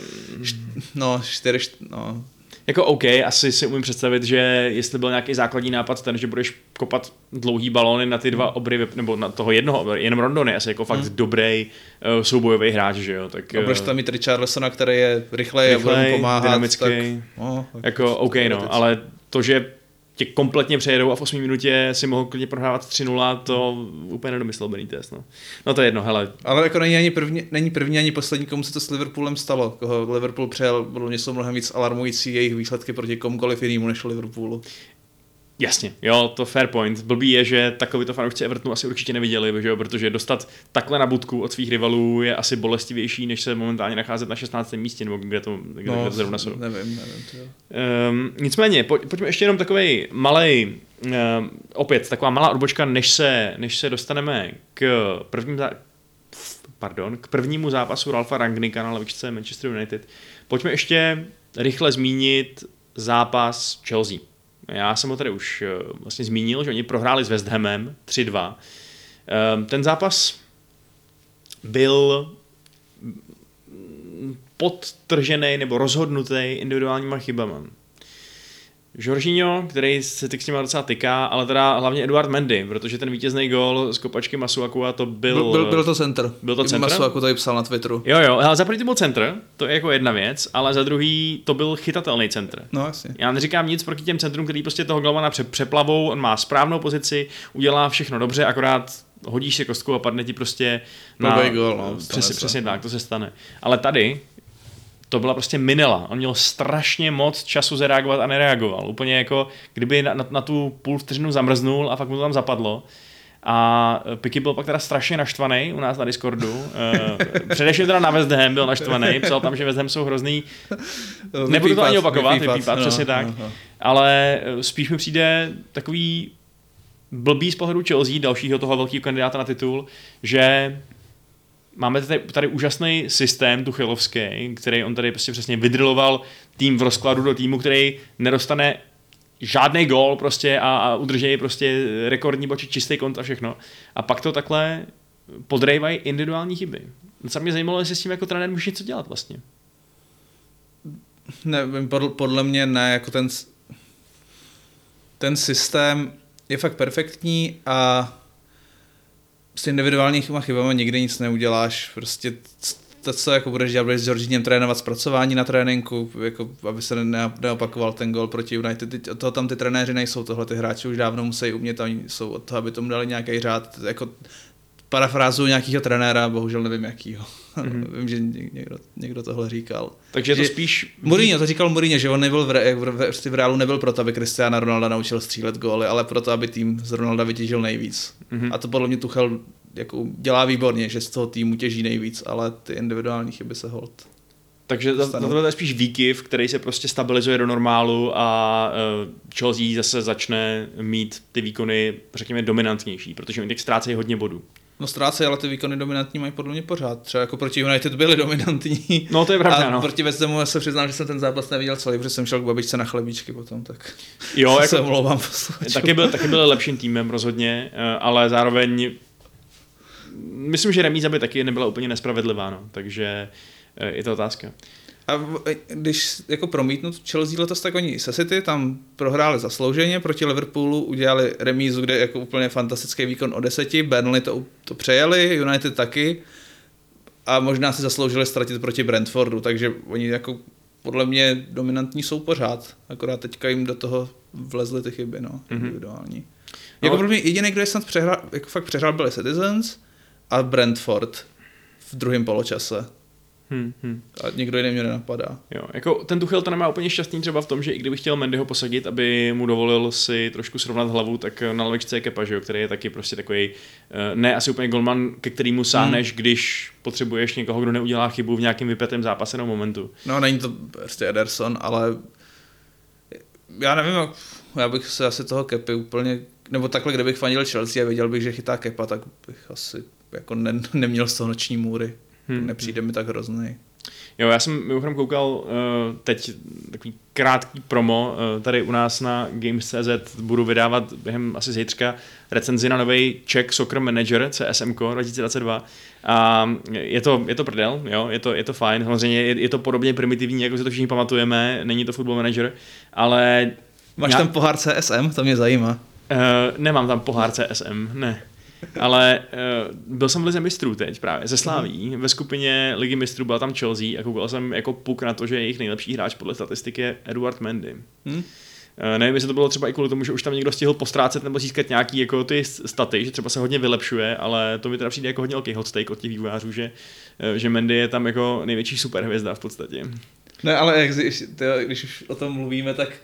no, čtyři, no... Jako OK, asi si umím představit, že jestli byl nějaký základní nápad ten, že budeš kopat dlouhý balóny na ty dva obry, nebo na toho jednoho, jenom Rondon je asi jako fakt hmm. dobrý uh, soubojový hráč, že jo. Tak, no, budeš tam mít Richarlisona, který je rychlej a bude mu pomáhat. Dynamický, tak, no, tak jako OK, no, ale to, že tě kompletně přejedou a v osmé minutě si mohl klidně prohrávat tři nula, to úplně nedomyslel Benitez, no. No to je jedno, hele. Ale jako není ani první, není první ani poslední, komu se to s Liverpoolem stalo. Koho Liverpool přejel, bylo mě jsou mnohem víc alarmující jejich výsledky proti komukoliv jinému než Liverpoolu. Jasně, jo, to fair point. Blbý je, že takovýto fanoušci Evertonu asi určitě neviděli, že jo, protože dostat takhle na budku od svých rivalů je asi bolestivější, než se momentálně nacházet na šestnáctém místě, nebo kde to, kde no, to zrovna jsou. Nevím, nevím. To jo. Um, nicméně, pojď, pojďme ještě jenom takovej malej, um, opět taková malá odbočka, než se, než se dostaneme k prvním zá... Pardon, k prvnímu zápasu Ralfa Rangnicka na lavičce Manchester United. Pojďme ještě rychle zmínit zápas Chelsea. Já jsem ho tady už vlastně zmínil, že oni prohráli s West Hamem tři dva. Ten zápas byl podtržený nebo rozhodnutý individuálníma chybama. Jorginho, který se ty s nima docela tyká, ale teda hlavně Eduard Mendy, protože ten vítězný gól z kopačky Masuakua to byl... Byl, byl, byl to center. Byl to center? Masuaku to i psal na Twitteru. Jo, jo, ale za první to byl center, to je jako jedna věc, ale za druhý to byl chytatelný center. No jasně. Já neříkám nic proti těm centrům, který prostě toho golmana přeplavou, on má správnou pozici, udělá všechno dobře, akorát hodíš si kostku a padne ti prostě na... Gól, no, přesně, přesně tak, to se stane. Ale tady to byla prostě minela. On měl strašně moc času zareagovat a nereagoval. Úplně jako, kdyby na, na, na tu půl vteřinu zamrznul a fakt mu to tam zapadlo. A Piky byl pak teda strašně naštvaný u nás na Discordu. Především teda na West Ham byl naštvaný, psal tam, že West Ham jsou hrozný. Nebudu to ani opakovat, vypípat, přesně no, tak. No. Ale spíš mi přijde takový blbý z pohledu Chelsea, dalšího toho velkého kandidáta na titul, že máme tady, tady úžasný systém tuchelovský, který on tady prostě přesně vydriloval tým v rozkladu do týmu, který nedostane žádný gól prostě a, a udržejí prostě rekordní počet, čistý kont a všechno. A pak to takhle podrejvají individuální chyby. Co mě zajímalo, jestli s tím jako trenér může něco dělat vlastně. Nevím, podle, podle mě ne, jako ten, ten systém je fakt perfektní a s individuálníma chybama nikdy nic neuděláš, prostě to, co jako budeš dělat, budeš s Jorginhem trénovat zpracování na tréninku, jako, aby se neopakoval ten gol proti United. Teď od toho tam ty trenéři nejsou, tohle ty hráči už dávno musí umět, a jsou od toho, aby tomu dali nějaký řád, jako parafrázu nějakého trenéra, bohužel nevím jakýho. Mm-hmm. Vím, že někdo, někdo tohle říkal. Takže to spíš... Mourinho, to říkal Mourinho, že on nebyl v, v, v, v Reálu nebyl proto, aby Cristiano Ronaldo naučil střílet góly, ale proto, aby tým z Ronalda vytěžil nejvíc. Mm-hmm. A to podle mě Tuchel jako dělá výborně, že z toho týmu těží nejvíc, ale ty individuální chyby se hold. Takže za to je spíš výkyv, který se prostě stabilizuje do normálu a uh, Chelsea zase začne mít ty výkony, řekněme, dominantnější, protože oni teď ztrácejí hodně bodů. No ztrácejí, ale ty výkony dominantní mají podle mě pořád. Třeba jako proti United byli dominantní. No to je pravda, a no. proti West Hamu se přiznám, že jsem ten zápas neviděl celý, protože jsem šel k babičce na chlebíčky potom, tak jo, se jako, omlouvám. Taky byl, taky byl lepším týmem rozhodně, ale zároveň myslím, že remíza by taky nebyla úplně nespravedlivá, no. Takže je to otázka. A když jako promítnu Chelsea letos, tak oni se City tam prohráli zaslouženě, proti Liverpoolu udělali remízu, kde jako úplně fantastický výkon o deseti, Burnley to, to přejeli, United taky a možná si zasloužili ztratit proti Brentfordu, takže oni jako podle mě dominantní jsou pořád, akorát teďka jim do toho vlezly ty chyby, no, mm-hmm. individuální. No. Jako pro mě jediný, kdo je snad přehrál, jako fakt přehrál, byli Citizens a Brentford v druhém poločase. Hmm, hmm. A nikdo jiný mě nenapadá. Jo, jako ten Tuchel to nemá úplně šťastný třeba v tom, že i kdyby chtěl Mendyho posadit, aby mu dovolil si trošku srovnat hlavu, tak na levičce je Kepa, že jo, který je taky prostě takový ne asi úplně golman, ke kterému sáhneš, hmm. když potřebuješ někoho, kdo neudělá chybu v nějakém vypětém zápase nebo momentu. No, není to prostě Ederson, ale já nevím, já bych se asi toho Kepy úplně, nebo takhle, kdybych fandil Chelsea a věděl bych, že chytá Kepa, tak bych asi jako ne, neměl z toho noční můry. Hmm. Nepřijde mi tak hrozný. Jo, já jsem mimochodem koukal uh, teď takový krátký promo, uh, tady u nás na Games tečka cé zet budu vydávat během asi zítřka recenzi na nový Czech Soccer Manager C S M dva tisíce dvacet dva a je to, je to prdel, jo, je to, je to fajn, samozřejmě je, je to podobně primitivní, jako si to všichni pamatujeme, není to Football Manager, ale... Máš já... tam pohár C S M? To mě zajímá. Uh, nemám tam pohár C S M, ne. Ale uh, byl jsem v lize mistrů teď právě ze Slaví. Ve skupině ligy mistrů byla tam Chelsea a koukal jsem jako puk na to, že jejich nejlepší hráč podle statistik je Eduard Mendy. Hmm. Uh, nevím, jestli to bylo třeba i kvůli tomu, že už tam někdo stihl postrácet nebo získat nějaký jako ty staty, že třeba se hodně vylepšuje, ale to mi teda přijde jako hodně velký hot take od těch vývojářů, že, uh, že Mendy je tam jako největší superhvězda v podstatě. Ne, ale jak, když, když už o tom mluvíme, tak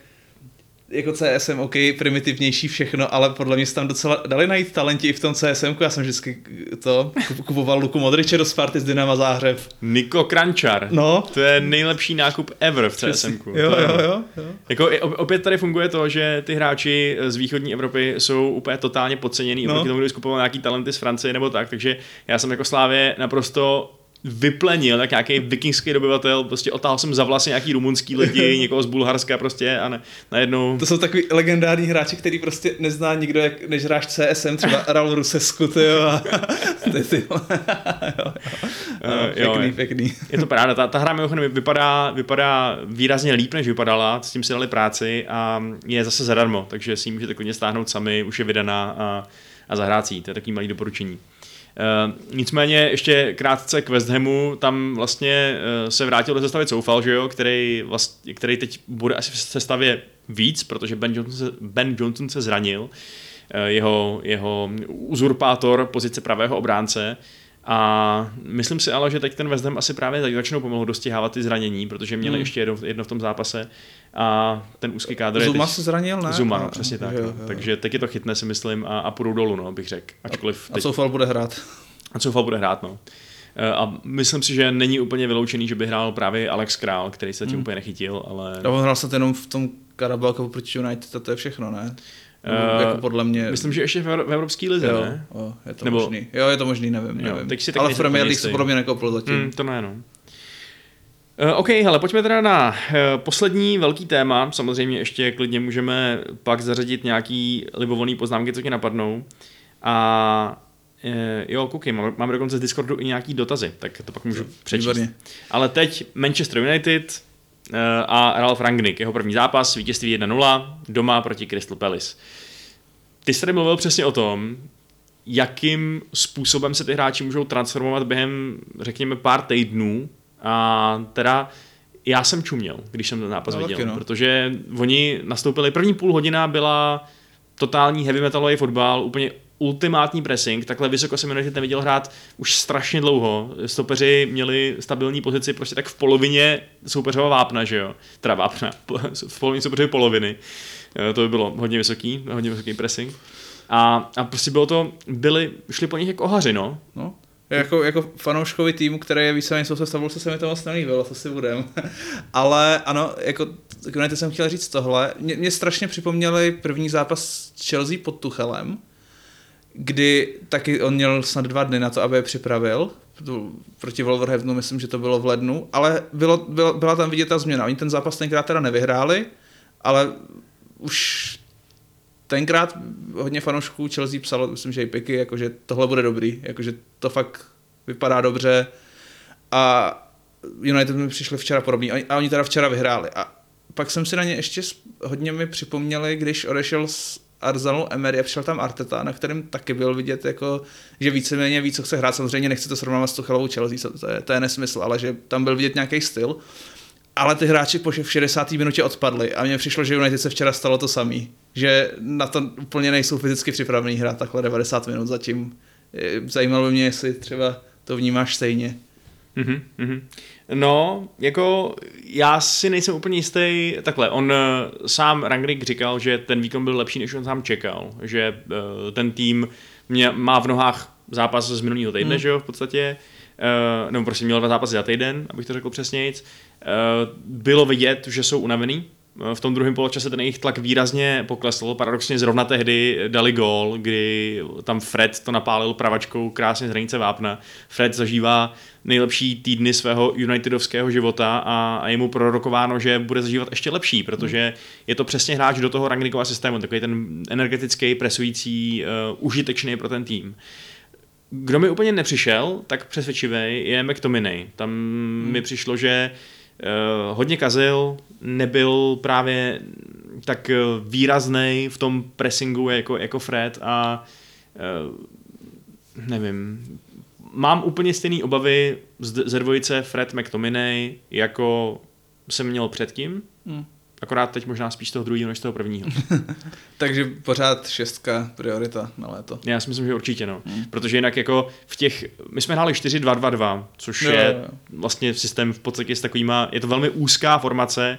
jako C S M, OK, primitivnější všechno, ale podle mě se tam docela dali najít talenti i v tom C S M ku. Já jsem vždycky to kupoval Luku Modriče do Sparty z Dynama Záhřeb. Niko Krančar. No. To je nejlepší nákup ever v C S M ku. Jo, jo, jo, jo. Jako opět tady funguje to, že ty hráči z východní Evropy jsou úplně totálně podceněný, no. Oproti tomu, když kupoval nějaký talenty z Francie nebo tak, takže já jsem jako Slávě naprosto vyplenil, tak nějaký vikingský dobyvatel, prostě otáhl jsem za vlasy nějaký rumunský lidi, někoho z Bulharska prostě a ne, najednou... To jsou takový legendární hráči, který prostě nezná nikdo, jak, než hráč C S M, třeba Raul Rusescu, tyjo, a ty, ty. jo, jo. No, pěkný, jo, pěkný. Je to pravda, ta, ta hra mimochodem vypadá, vypadá výrazně líp, než vypadala, s tím si dali práci a je zase zadarmo, takže si ji můžete klidně stáhnout sami, už je vydaná a, a zahrát si, to je takový malý doporučení. Uh, nicméně ještě krátce k West Hamu, tam vlastně uh, se vrátil do sestavy Coufal, že jo, který, vlastně, který teď bude asi v sestavě víc, protože Ben Johnson se, Ben Johnson se zranil, uh, jeho, jeho uzurpátor pozice pravého obránce a myslím si ale, že teď ten West Ham asi právě začnou pomalu dostihávat ty zranění, protože měli hmm. ještě jedno, jedno v tom zápase a ten úzký kádr Zuma je teď... se zranil, ne? Zuma, no, přesně tak. Jo, jo. Takže teď je to chytné, si myslím, a, a půjdou dolů, no, bych řekl. Ačkoliv a teď... Coufal bude hrát. A Coufal bude hrát, no. A myslím si, že není úplně vyloučený, že by hrál právě Alex Král, který se tím hmm. úplně nechytil, ale... A on hrál se jenom v tom Carabao Cupu proti United, a to je všechno, ne? Uh, jako podle mě... Myslím, že ještě v Evropské lize, jo, ne? Jo, je to Nebo... možný. Jo, je to možný, nevím, jo, nevím. Ale v Premier League se podle mě nekopl zatím. Mm, to ne, no. Uh, OK, hele, pojďme teda na uh, poslední velký téma. Samozřejmě ještě klidně můžeme pak zařadit nějaký libovolný poznámky, co ti napadnou. A uh, jo, koukej, máme, máme dokonce z Discordu i nějaký dotazy, tak to pak můžu přečíst. Výborně. Ale teď Manchester United uh, a Ralf Rangnick, jeho první zápas, vítězství jedna nula, doma proti Crystal Palace. Ty jsi tady mluvil přesně o tom, jakým způsobem se ty hráči můžou transformovat během, řekněme, pár týdnů. A teda já jsem čuměl, když jsem ten zápas no, viděl, no. Protože oni nastoupili, první půl hodina byla totální heavy metalový fotbal, úplně ultimátní pressing, takhle vysoko jsem United neviděl hrát už strašně dlouho, stopeři měli stabilní pozici prostě tak v polovině soupeřova vápna, že jo, teda vápna, v polovině soupeřové poloviny, to by bylo hodně vysoký, hodně vysoký pressing a, a prostě bylo to, byli, šli po nich jako ohaři, no. no. Jako, jako fanouškovi týmu, který je víceméně svou sestavou, se mi to moc nelíbilo, to si budem. Ale ano, jako United jsem chtěl říct tohle. Mě, mě strašně připomněli první zápas Chelsea pod Tuchelem, kdy taky on měl snad dva dny na to, aby je připravil. Proti Wolverhamptonu, myslím, že to bylo v lednu, ale bylo, bylo, byla tam vidět ta změna. Oni ten zápas tenkrát teda nevyhráli, ale už tenkrát hodně fanoušků Chelsea psalo, myslím, že i Piky, jakože tohle bude dobrý, jakože to fakt vypadá dobře a United mi přišli včera podobný a oni teda včera vyhráli a pak jsem si na ně ještě hodně mi připomněli, když odešel z Arsenalu Emery a přišel tam Arteta, na kterém taky byl vidět, jako, že víceméně ví, co chce hrát. Samozřejmě nechci to srovnávat s Tuchelovou Chelsea, to je, to je nesmysl, ale že tam byl vidět nějaký styl. Ale ty hráči po v šedesáté minutě odpadli a mně přišlo, že United se včera stalo to samý. Že na to úplně nejsou fyzicky připravení hrát takhle devadesát minut zatím. Zajímalo by mě, jestli třeba to vnímáš stejně. Mm-hmm, mm-hmm. No, jako já si nejsem úplně jistý, takhle, on uh, sám Rangnick říkal, že ten výkon byl lepší, než on sám čekal, že uh, ten tým mě, má v nohách zápas z minulého týdne, mm. že jo, v podstatě, uh, nebo prostě měl dva zápasy za týden, abych to řekl přesnějc, uh, bylo vidět, že jsou unavený. V tom druhém poločase ten jejich tlak výrazně poklesl. Paradoxně zrovna tehdy dali gól, kdy tam Fred to napálil pravačkou krásně z hranice vápna. Fred zažívá nejlepší týdny svého unitedovského života a, a je mu prorokováno, že bude zažívat ještě lepší, protože je to přesně hráč do toho Rangnickova systému, takový ten energetický, presující, uh, užitečný pro ten tým. Kdo mi úplně nepřišel, tak přesvědčivý, je McTominay. Tam hmm. mi přišlo, že Uh, hodně kazil, nebyl právě tak výraznej v tom pressingu jako, jako Fred a uh, nevím, mám úplně stejné obavy ze dvojice Fred McTominay, jako jsem měl předtím, hmm. akorát teď možná spíš toho druhého než toho prvního. Takže pořád šestka priorita na léto. Já si myslím, že určitě, no. Hmm. Protože jinak jako v těch, my jsme hráli čtyři dva dva dva, což jo, je jo. vlastně systém v podstatě s takovýma, je to velmi úzká formace,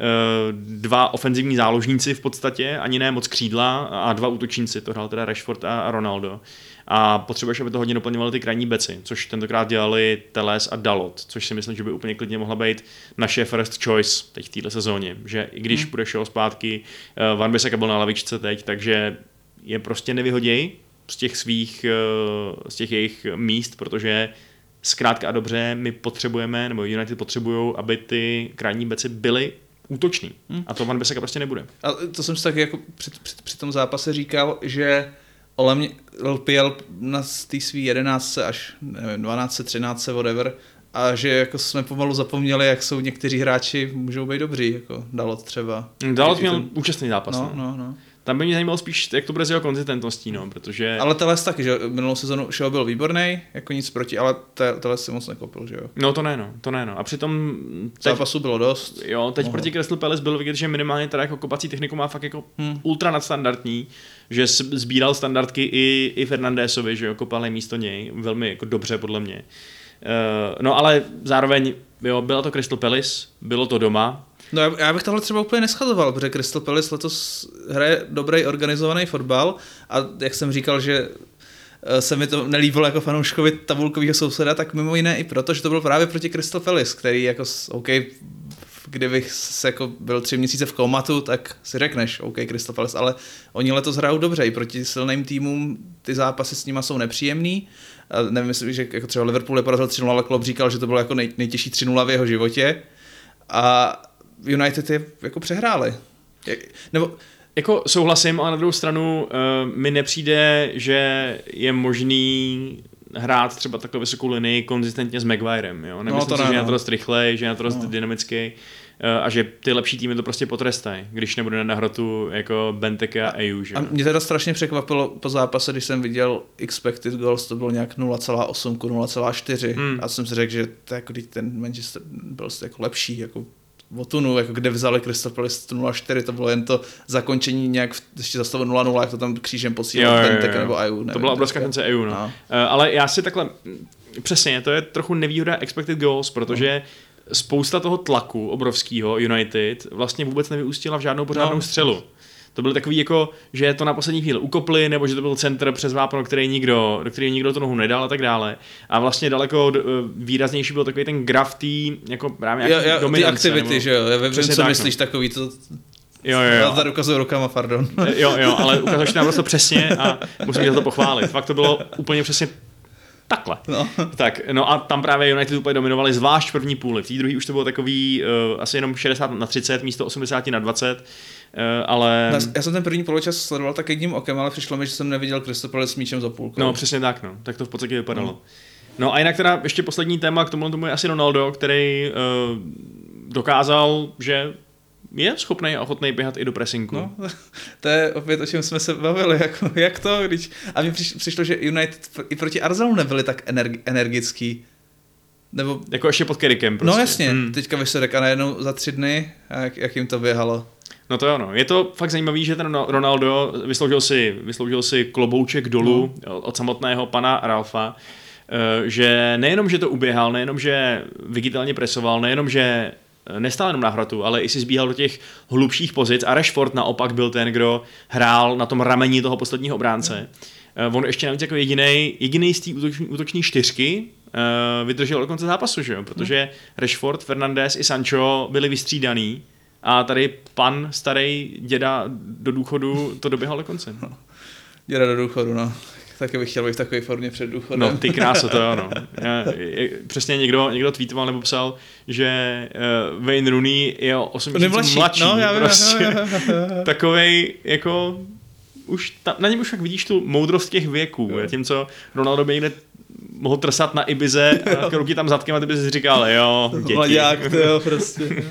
dva ofenzivní záložníci v podstatě, ani ne moc křídla a dva útočníci, to hrál teda Rashford a Ronaldo. A potřebuješ, aby to hodně doplňovali ty krajní beci, což tentokrát dělali Teles a Dalot, což si myslím, že by úplně klidně mohla být naše first choice teď v této sezóně, že i když hmm. bude šel zpátky, uh, Van Bissaka byl na lavičce teď, takže je prostě nevyhoděj z těch svých, uh, z těch jejich míst, protože zkrátka a dobře my potřebujeme, nebo United potřebujou, aby ty krajní beci byly útoční. Hmm. A to Van Bissaka prostě nebude. A to jsem si taky jako při, při, při tom zápase říkal, že Ole pěl na té svý jedenáctce až nevím, dvanáctce, třináctce, whatever, a že jako jsme pomalu zapomněli, jak jsou někteří hráči můžou být dobrý, jako Dalot třeba. Dalot měl ten účastný zápas. No, no, no. Tam by mě zajímalo spíš, jak to bude s jeho konzistentností, no, protože... Ale Teles taky, že minulou sezonu Shaw byl výborný, jako nic proti, ale Teles si moc nekopil, že jo? No to ne, no, to ne, no. A přitom... Teď, zápasu bylo dost. Jo, teď Mohl. Proti Crystal Palace bylo vidět, že minimálně teda jako kopací techniku má fakt jako hmm. ultra nadstandardní, že sbíral standardky i, i Fernandesovi, že jo, kopali místo něj, velmi jako dobře podle mě. Uh, no ale zároveň, jo, byla to Crystal Palace, bylo to doma. No já, já bych tohle třeba úplně neschadoval, protože Crystal Palace letos hraje dobrý organizovaný fotbal a jak jsem říkal, že se mi to nelíbilo jako fanouškovi tabulkového souseda, tak mimo jiné i proto, že to bylo právě proti Crystal Palace, který jako, OK, kdybych se jako byl tři měsíce v komatu, tak si řekneš, OK, Crystal Palace, ale oni letos hrajou dobře, i proti silným týmům ty zápasy s nima jsou nepříjemný. A nevím, myslím, že jako třeba Liverpool je porazil tři nula, ale Klopp říkal, že to bylo jako nej, nejtěžší tři nula v jeho životě. A United je jako přehráli. Nebo... Jako souhlasím, ale na druhou stranu uh, mi nepřijde, že je možný hrát třeba takhle vysokou linii konzistentně s Maguirem. Jo? Nemyslím no, si, ne, že je na to dost rychlej, že je na to dost no. dynamický uh, a že ty lepší týmy to prostě potrestají, když nebude na hrotu jako Benteke a E U. Že? A mě teda strašně překvapilo po zápase, když jsem viděl expected goals, to bylo nějak nula celá osm ku nula celá čtyři hmm. a jsem si řekl, že to jako, ten Manchester byl jako lepší, jako Votunu, jako kde vzali Crystal Palace nula čtyři, to bylo jen to zakončení nějak v, ještě za stavu nula nula, jak to tam křížem posílal Bentek nebo E U. Nevím, to byla obrovská šance E U, no. no. Uh, ale já si takhle, přesně, to je trochu nevýhoda expected goals, protože no. spousta toho tlaku obrovského United vlastně vůbec nevyústila v žádnou pořádnou no. střelu. To byl takový jako, že to na poslední chvíli ukopli, nebo že to byl centr přes vápno, který nikdo, do který nikdo to nohu nedal a tak dále. A vlastně daleko výraznější byl takový ten graf tý, jako právě nějaký dominance. Ty aktivity, nebo, že jo, já vím, co tak, myslíš, no. takový to Jo, jo, jo. Já tady ukazuju rukama, pardon. Jo, jo, ale ukazuješ to naprosto přesně a musím tě za to pochválit. Fakt to bylo úplně přesně takhle. No. Tak, no a tam právě United úplně dominovali, zvlášť první půli. V té druhé už to bylo takový uh, asi jenom šedesát na třicet místo osmdesát na dvacet, uh, ale... No, já jsem ten první poločas sledoval tak jedním okem, ale přišlo mi, že jsem neviděl Crystal Palace s míčem za půlkou. No, přesně tak, no. Tak to v podstatě vypadalo. No, no a jinak teda ještě poslední téma k tomu, tomu je asi Ronaldo, který uh, dokázal, že je schopný a ochotný běhat i do pressingu. No, to je opět, o čem jsme se bavili, jako, jak to, když... A mně přišlo, že United i proti Arsenalu nebyli tak energi- energický. Nebo... Jako ještě pod Kerrykem prostě. No jasně, hmm. teďka výsledek a najednou za tři dny, a jak, jak jim to běhalo. No to jo, no. Je to fakt zajímavý, že ten Ronaldo vysloužil si, vysloužil si klobouček dolů no. od samotného pana Ralfa, že nejenom, že to uběhal, nejenom, že vigitálně presoval, nejenom, že nestál jenom na hratu, ale i si zbíhal do těch hlubších pozic a Rashford naopak byl ten, kdo hrál na tom rameni toho posledního obránce. Mm. On ještě navíc jako jedinej, jedinej z té útoční, útoční čtyřky uh, vydržel do konce zápasu, že jo? Protože mm. Rashford, Fernandes i Sancho byli vystřídaný a tady pan starý děda do důchodu to doběhal do konce. No. Děda do důchodu, no. Taky bych chtěl být v takové formě před důchodem. No, ty kráso, to jo, no. Přesně někdo, někdo tweetoval nebo psal, že uh, Wayne Rooney je o osm měsíců mladší. No, já vím, prostě. Já vím, já vím. Takovej, jako, už ta, na něm už tak vidíš tu moudrost těch věků. Tím, co Ronaldo by někde mohl trsat na Ibize a ruky tam zadkem a ty bys říkal, jo, děti. Mladák, to jo, prostě.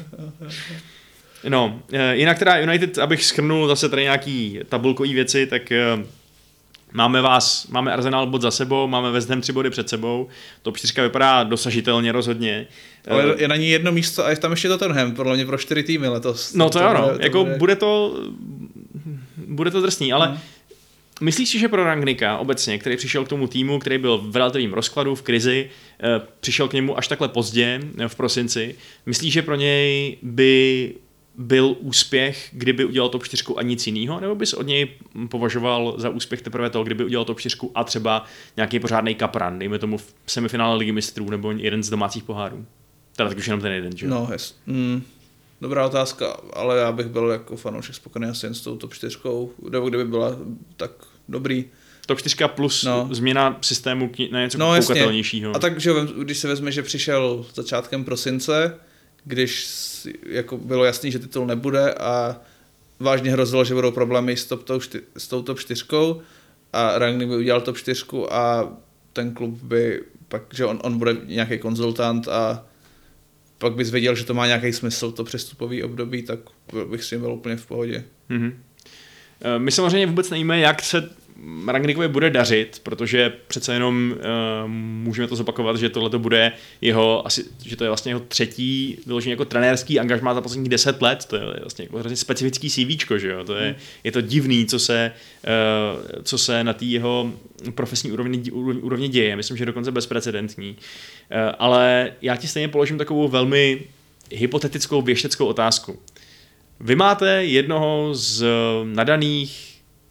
No, jinak teda United, abych shrnul zase tady nějaký tabulkový věci, tak máme vás, máme Arsenal bod za sebou, máme West Ham tři body před sebou, top čtyřka vypadá dosažitelně rozhodně. Ale je na ní jedno místo a je tam ještě Tottenham, podle mě pro čtyři týmy letos. No to, to jo, no, to jako bude... bude to bude to drsný, ale hmm. myslíš si, že pro Rangnicka obecně, který přišel k tomu týmu, který byl v relativním rozkladu, v krizi, přišel k němu až takhle pozdě v prosinci, myslíš, že pro něj by byl úspěch, kdyby udělal top čtyři a nic jiného, nebo bys od něj považoval za úspěch teprve to, kdyby udělal top čtyři a třeba nějaký pořádný kapran, dejme tomu v semifinále Ligy mistrů nebo jeden z domácích pohárů? Teda tak už jenom ten jeden, že? No, yes. mm, dobrá otázka, ale já bych byl jako fanoušek spokojený asi jen s tou top čtyři, nebo kdyby byla tak dobrý. Top čtyři plus no. změna systému na něco no, koukatelnějšího. A tak, že když se vezme, že přišel začátkem prosince, když jako bylo jasný, že titul nebude a vážně hrozilo, že budou problémy s, top, s tou top čtyřkou a Rangnick by udělal top čtyři a ten klub by pak, že on, on bude nějaký konzultant a pak bys věděl, že to má nějaký smysl, to přestupový období, tak bych s tím byl úplně v pohodě. Mm-hmm. My samozřejmě vůbec nevíme, jak se Rangnickovi bude dařit, protože přece jenom uh, můžeme to zopakovat, že tohle to bude jeho, asi, že to je vlastně jeho třetí vyložený jako trenérský angažmá za posledních deset let, to je vlastně jako specifický CVčko, že jo, to je, je to divný, co se, uh, co se na té jeho profesní úrovni, úrovni děje, myslím, že dokonce bezprecedentní, uh, ale já ti stejně položím takovou velmi hypotetickou věšteckou otázku. Vy máte jednoho z nadaných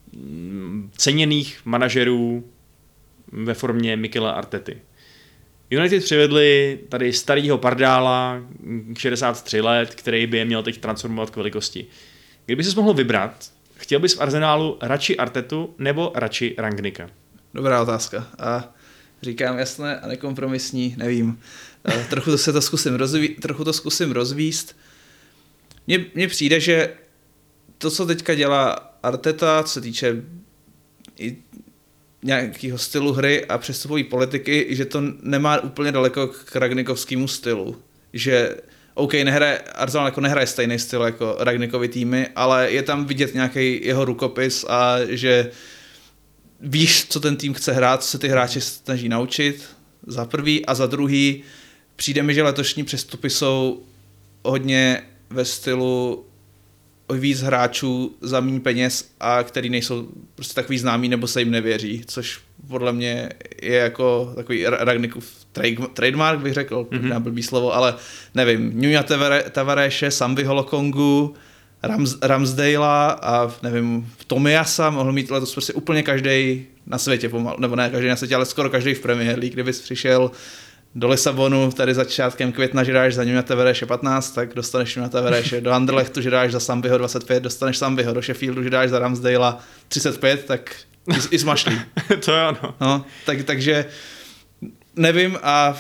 ceněných manažerů ve formě Mikela Artety. United přivedli tady starýho pardála, šedesát tři let, který by je měl teď transformovat k velikosti. Kdyby ses mohl vybrat, chtěl bys v Arsenálu radši Artetu nebo radši Rangnicka? Dobrá otázka. A říkám jasné a nekompromisní, nevím. Trochu to se to zkusím, rozví, trochu to zkusím rozvíst. Mně, mně přijde, že to, co teďka dělá Arteta, co se týče i nějakého stylu hry a přestupové politiky, že to nemá úplně daleko k Rangnickovskému stylu. Že OK, nehraje, Arsenal jako nehraje stejný styl jako Rangnickovy týmy, ale je tam vidět nějaký jeho rukopis a že víš, co ten tým chce hrát, co se ty hráči snaží naučit, za prvý, a za druhý přijde mi, že letošní přestupy jsou hodně ve stylu víc hráčů za méně peněz a který nejsou prostě takový známí nebo se jim nevěří, což podle mě je jako takový Rangnickův trademark, bych řekl, mm-hmm. blbý slovo, ale nevím, Nuno Tavareše, Sambiho Lokongu, Rams, Ramsdalea a nevím, Tomiasa mohl mít letos prostě úplně každý na světě pomalu, nebo ne každý na světě, ale skoro každý v Premier League, kdybys přišel do Lisabonu tady začátkem května, že dáš za ním na Tevereše patnáct, tak dostaneš na Tevereše. Do Anderlechtu, že dáš za Sambiho dvacet pět, dostaneš Sambiho. Do Sheffieldu, že dáš za Ramsdale třicet pět, tak i, i smašlí. To je ano. No, tak, takže nevím a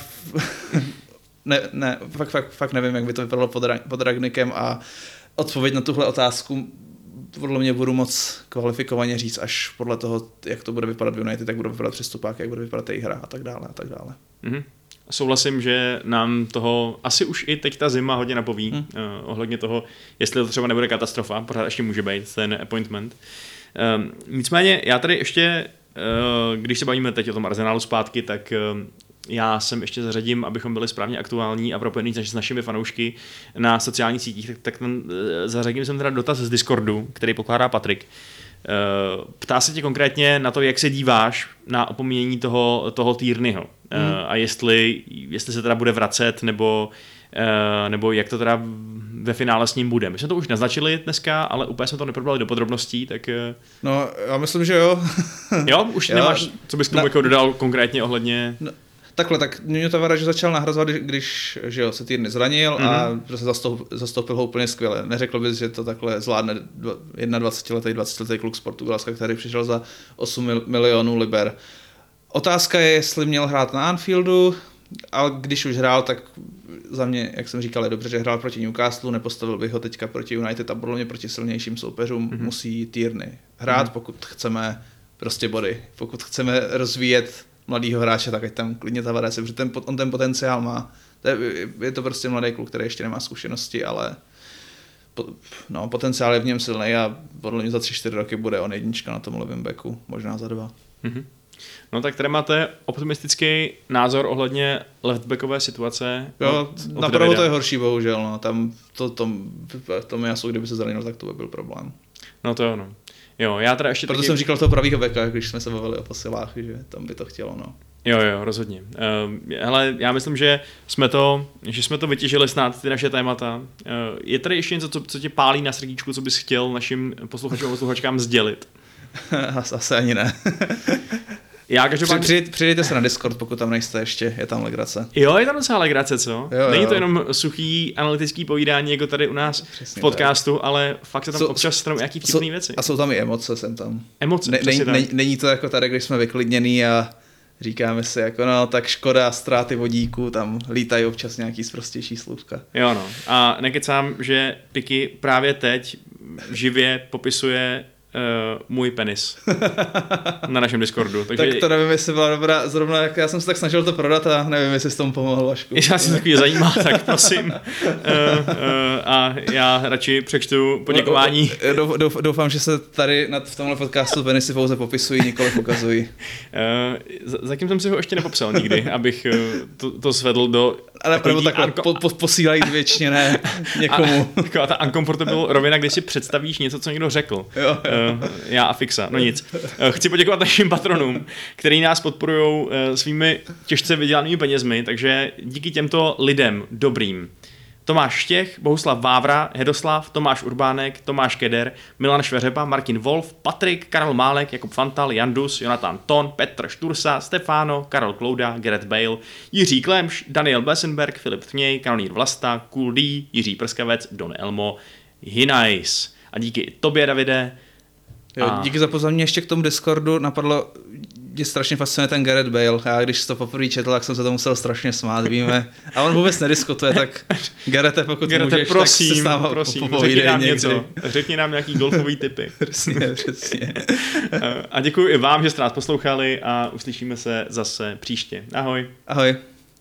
ne, ne, fakt, fakt, fakt nevím, jak by to vypadalo pod, pod Rangnickem a odpověď na tuhle otázku podle mě budu moc kvalifikovaně říct až podle toho, jak to bude vypadat v United, jak bude vypadat přestupák, jak bude vypadat jejich hra a tak dále a tak dále. Mm-hmm. Souhlasím, že nám toho asi už i teď ta zima hodně napoví hmm. uh, ohledně toho, jestli to třeba nebude katastrofa, pořád ještě může být ten appointment. Um, nicméně já tady ještě, uh, když se bavíme teď o tom Arsenalu zpátky, tak uh, já jsem ještě zařadím, abychom byli správně aktuální a propojení s našimi fanoušky na sociálních sítích, tak, tak ten, uh, zařadím jsem teda dotaz z Discordu, který pokládá Patrik. Uh, ptá se tě konkrétně na to, jak se díváš na opomínění toho, toho Tierneyho uh, mm. a jestli, jestli se teda bude vracet, nebo, uh, nebo jak to teda ve finále s ním bude. My jsme to už naznačili dneska, ale úplně jsme to neprobrali do podrobností, tak... Uh... No, já myslím, že jo. Jo? Už jo, nemáš, co bys k tomu na... jako dodal konkrétně ohledně... No. Takhle, tak Nuno Tavares začal nahrazovat, když že jo, se Tierney zranil mm-hmm. a prostě zastoup, zastoupil ho úplně skvěle. Neřekl bys, že to takhle zvládne dvacetiletý, dvacetiletý kluk z Portugalska, který přišel za osm milionů liber. Otázka je, jestli měl hrát na Anfieldu, ale když už hrál, tak za mě, jak jsem říkal, je dobře, že hrál proti Newcastle, nepostavil bych ho teďka proti United a podle mě proti silnějším soupeřům mm-hmm. musí Tierney hrát, mm-hmm. pokud chceme prostě body, pokud chceme rozvíjet mladýho hráče, tak ať tam klidně Tavares, protože ten, on ten potenciál má. To je, je to prostě mladý kluk, který ještě nemá zkušenosti, ale po, no, potenciál je v něm silný a podle mě za tři čtyři roky bude on jednička na tom levém backu, možná za dva. Mm-hmm. No tak tady máte optimistický názor ohledně leftbackové situace. Jo, napravo to je horší, bohužel. No. Tam to, to, to mi jasno, kdyby se zranil, tak to by byl problém. No to jo, no. Jo, já teda ještě Proto taky... jsem říkal toho pravýho beka, když jsme se bavili o posilách, že tam by to chtělo, no. Jo, jo, rozhodně. Uh, hele, já myslím, že jsme to, že jsme to vytěžili snad, ty naše témata. Uh, je tady ještě něco, co, co tě pálí na srdíčku, co bys chtěl našim posluchačům a posluchačkám sdělit? Asi ani ne. Já každopádně... Při, přidejte se na Discord, pokud tam nejste ještě, je tam legrace. Jo, je tam docela legrace, co? Jo, Není jo. to jenom suchý analytický povídání, jako tady u nás přesně v podcastu, tak. Ale fakt se tam so, občas stanou nějaký vtipný věci. A jsou tam i emoce, jsem tam. Emoce, ne, ne, ne, Není to jako tady, když jsme vyklidněný a říkáme si jako no, tak škoda, ztráty vodíku, tam lítají občas nějaký sprostější slůvka. Jo no, a nekecám, že Piky právě teď živě popisuje Uh, můj penis na našem Discordu. Takže... Tak to nevím, jestli byla dobrá, zrovna jak já jsem se tak snažil to prodat a nevím, jestli s tomu pomohl, Vašku. Já si takový zajímá, tak prosím. Uh, uh, a já radši přečtu poděkování. No, douf, doufám, že se tady nad, v tomhle podcastu penisy pouze popisují, nikoliv ukazují. Uh, zatím jsem si ho ještě nepopsal nikdy, abych uh, to, to svedl do... Ale nebo takhle, unco- po, po, posílají věčně, ne někomu. A, taková ta uncomfortable rovina, kdy si představíš něco, co někdo řekl. Jo, jo. Uh, já a Fixa, no nic. Uh, chci poděkovat našim patronům, který nás podporují uh, svými těžce vydělanými penězmi, takže díky těmto lidem dobrým. Tomáš Štěch, Bohuslav Vávra, Hedoslav, Tomáš Urbánek, Tomáš Keder, Milan Šveřeba, Martin Wolf, Patrik, Karel Málek, Jakub Fantal, Jandus, Jonathan Ton, Petr Štursa, Stefano, Karel Klouda, Gareth Bale, Jiří Klemš, Daniel Blesenberg, Filip Tměj, Kanonýr Vlasta, Cool D, Jiří Prskavec, Don Elmo, Hinajs. A díky tobě, Davide. Jo, a... díky za pozvání. Ještě k tomu Discordu napadlo, mě strašně fascinuje ten Gareth Bale. Já když to poprvé četl, tak jsem se to musel strašně smát, víme. A on vůbec nediskutuje, tak Garete, pokud Garete, můžeš, prosím, tak se stává prosím, řekni nám něco. Řekni nám nějaký golfový tipy. Přesně, přesně. A děkuji i vám, že jste nás poslouchali a uslyšíme se zase příště. Ahoj. Ahoj.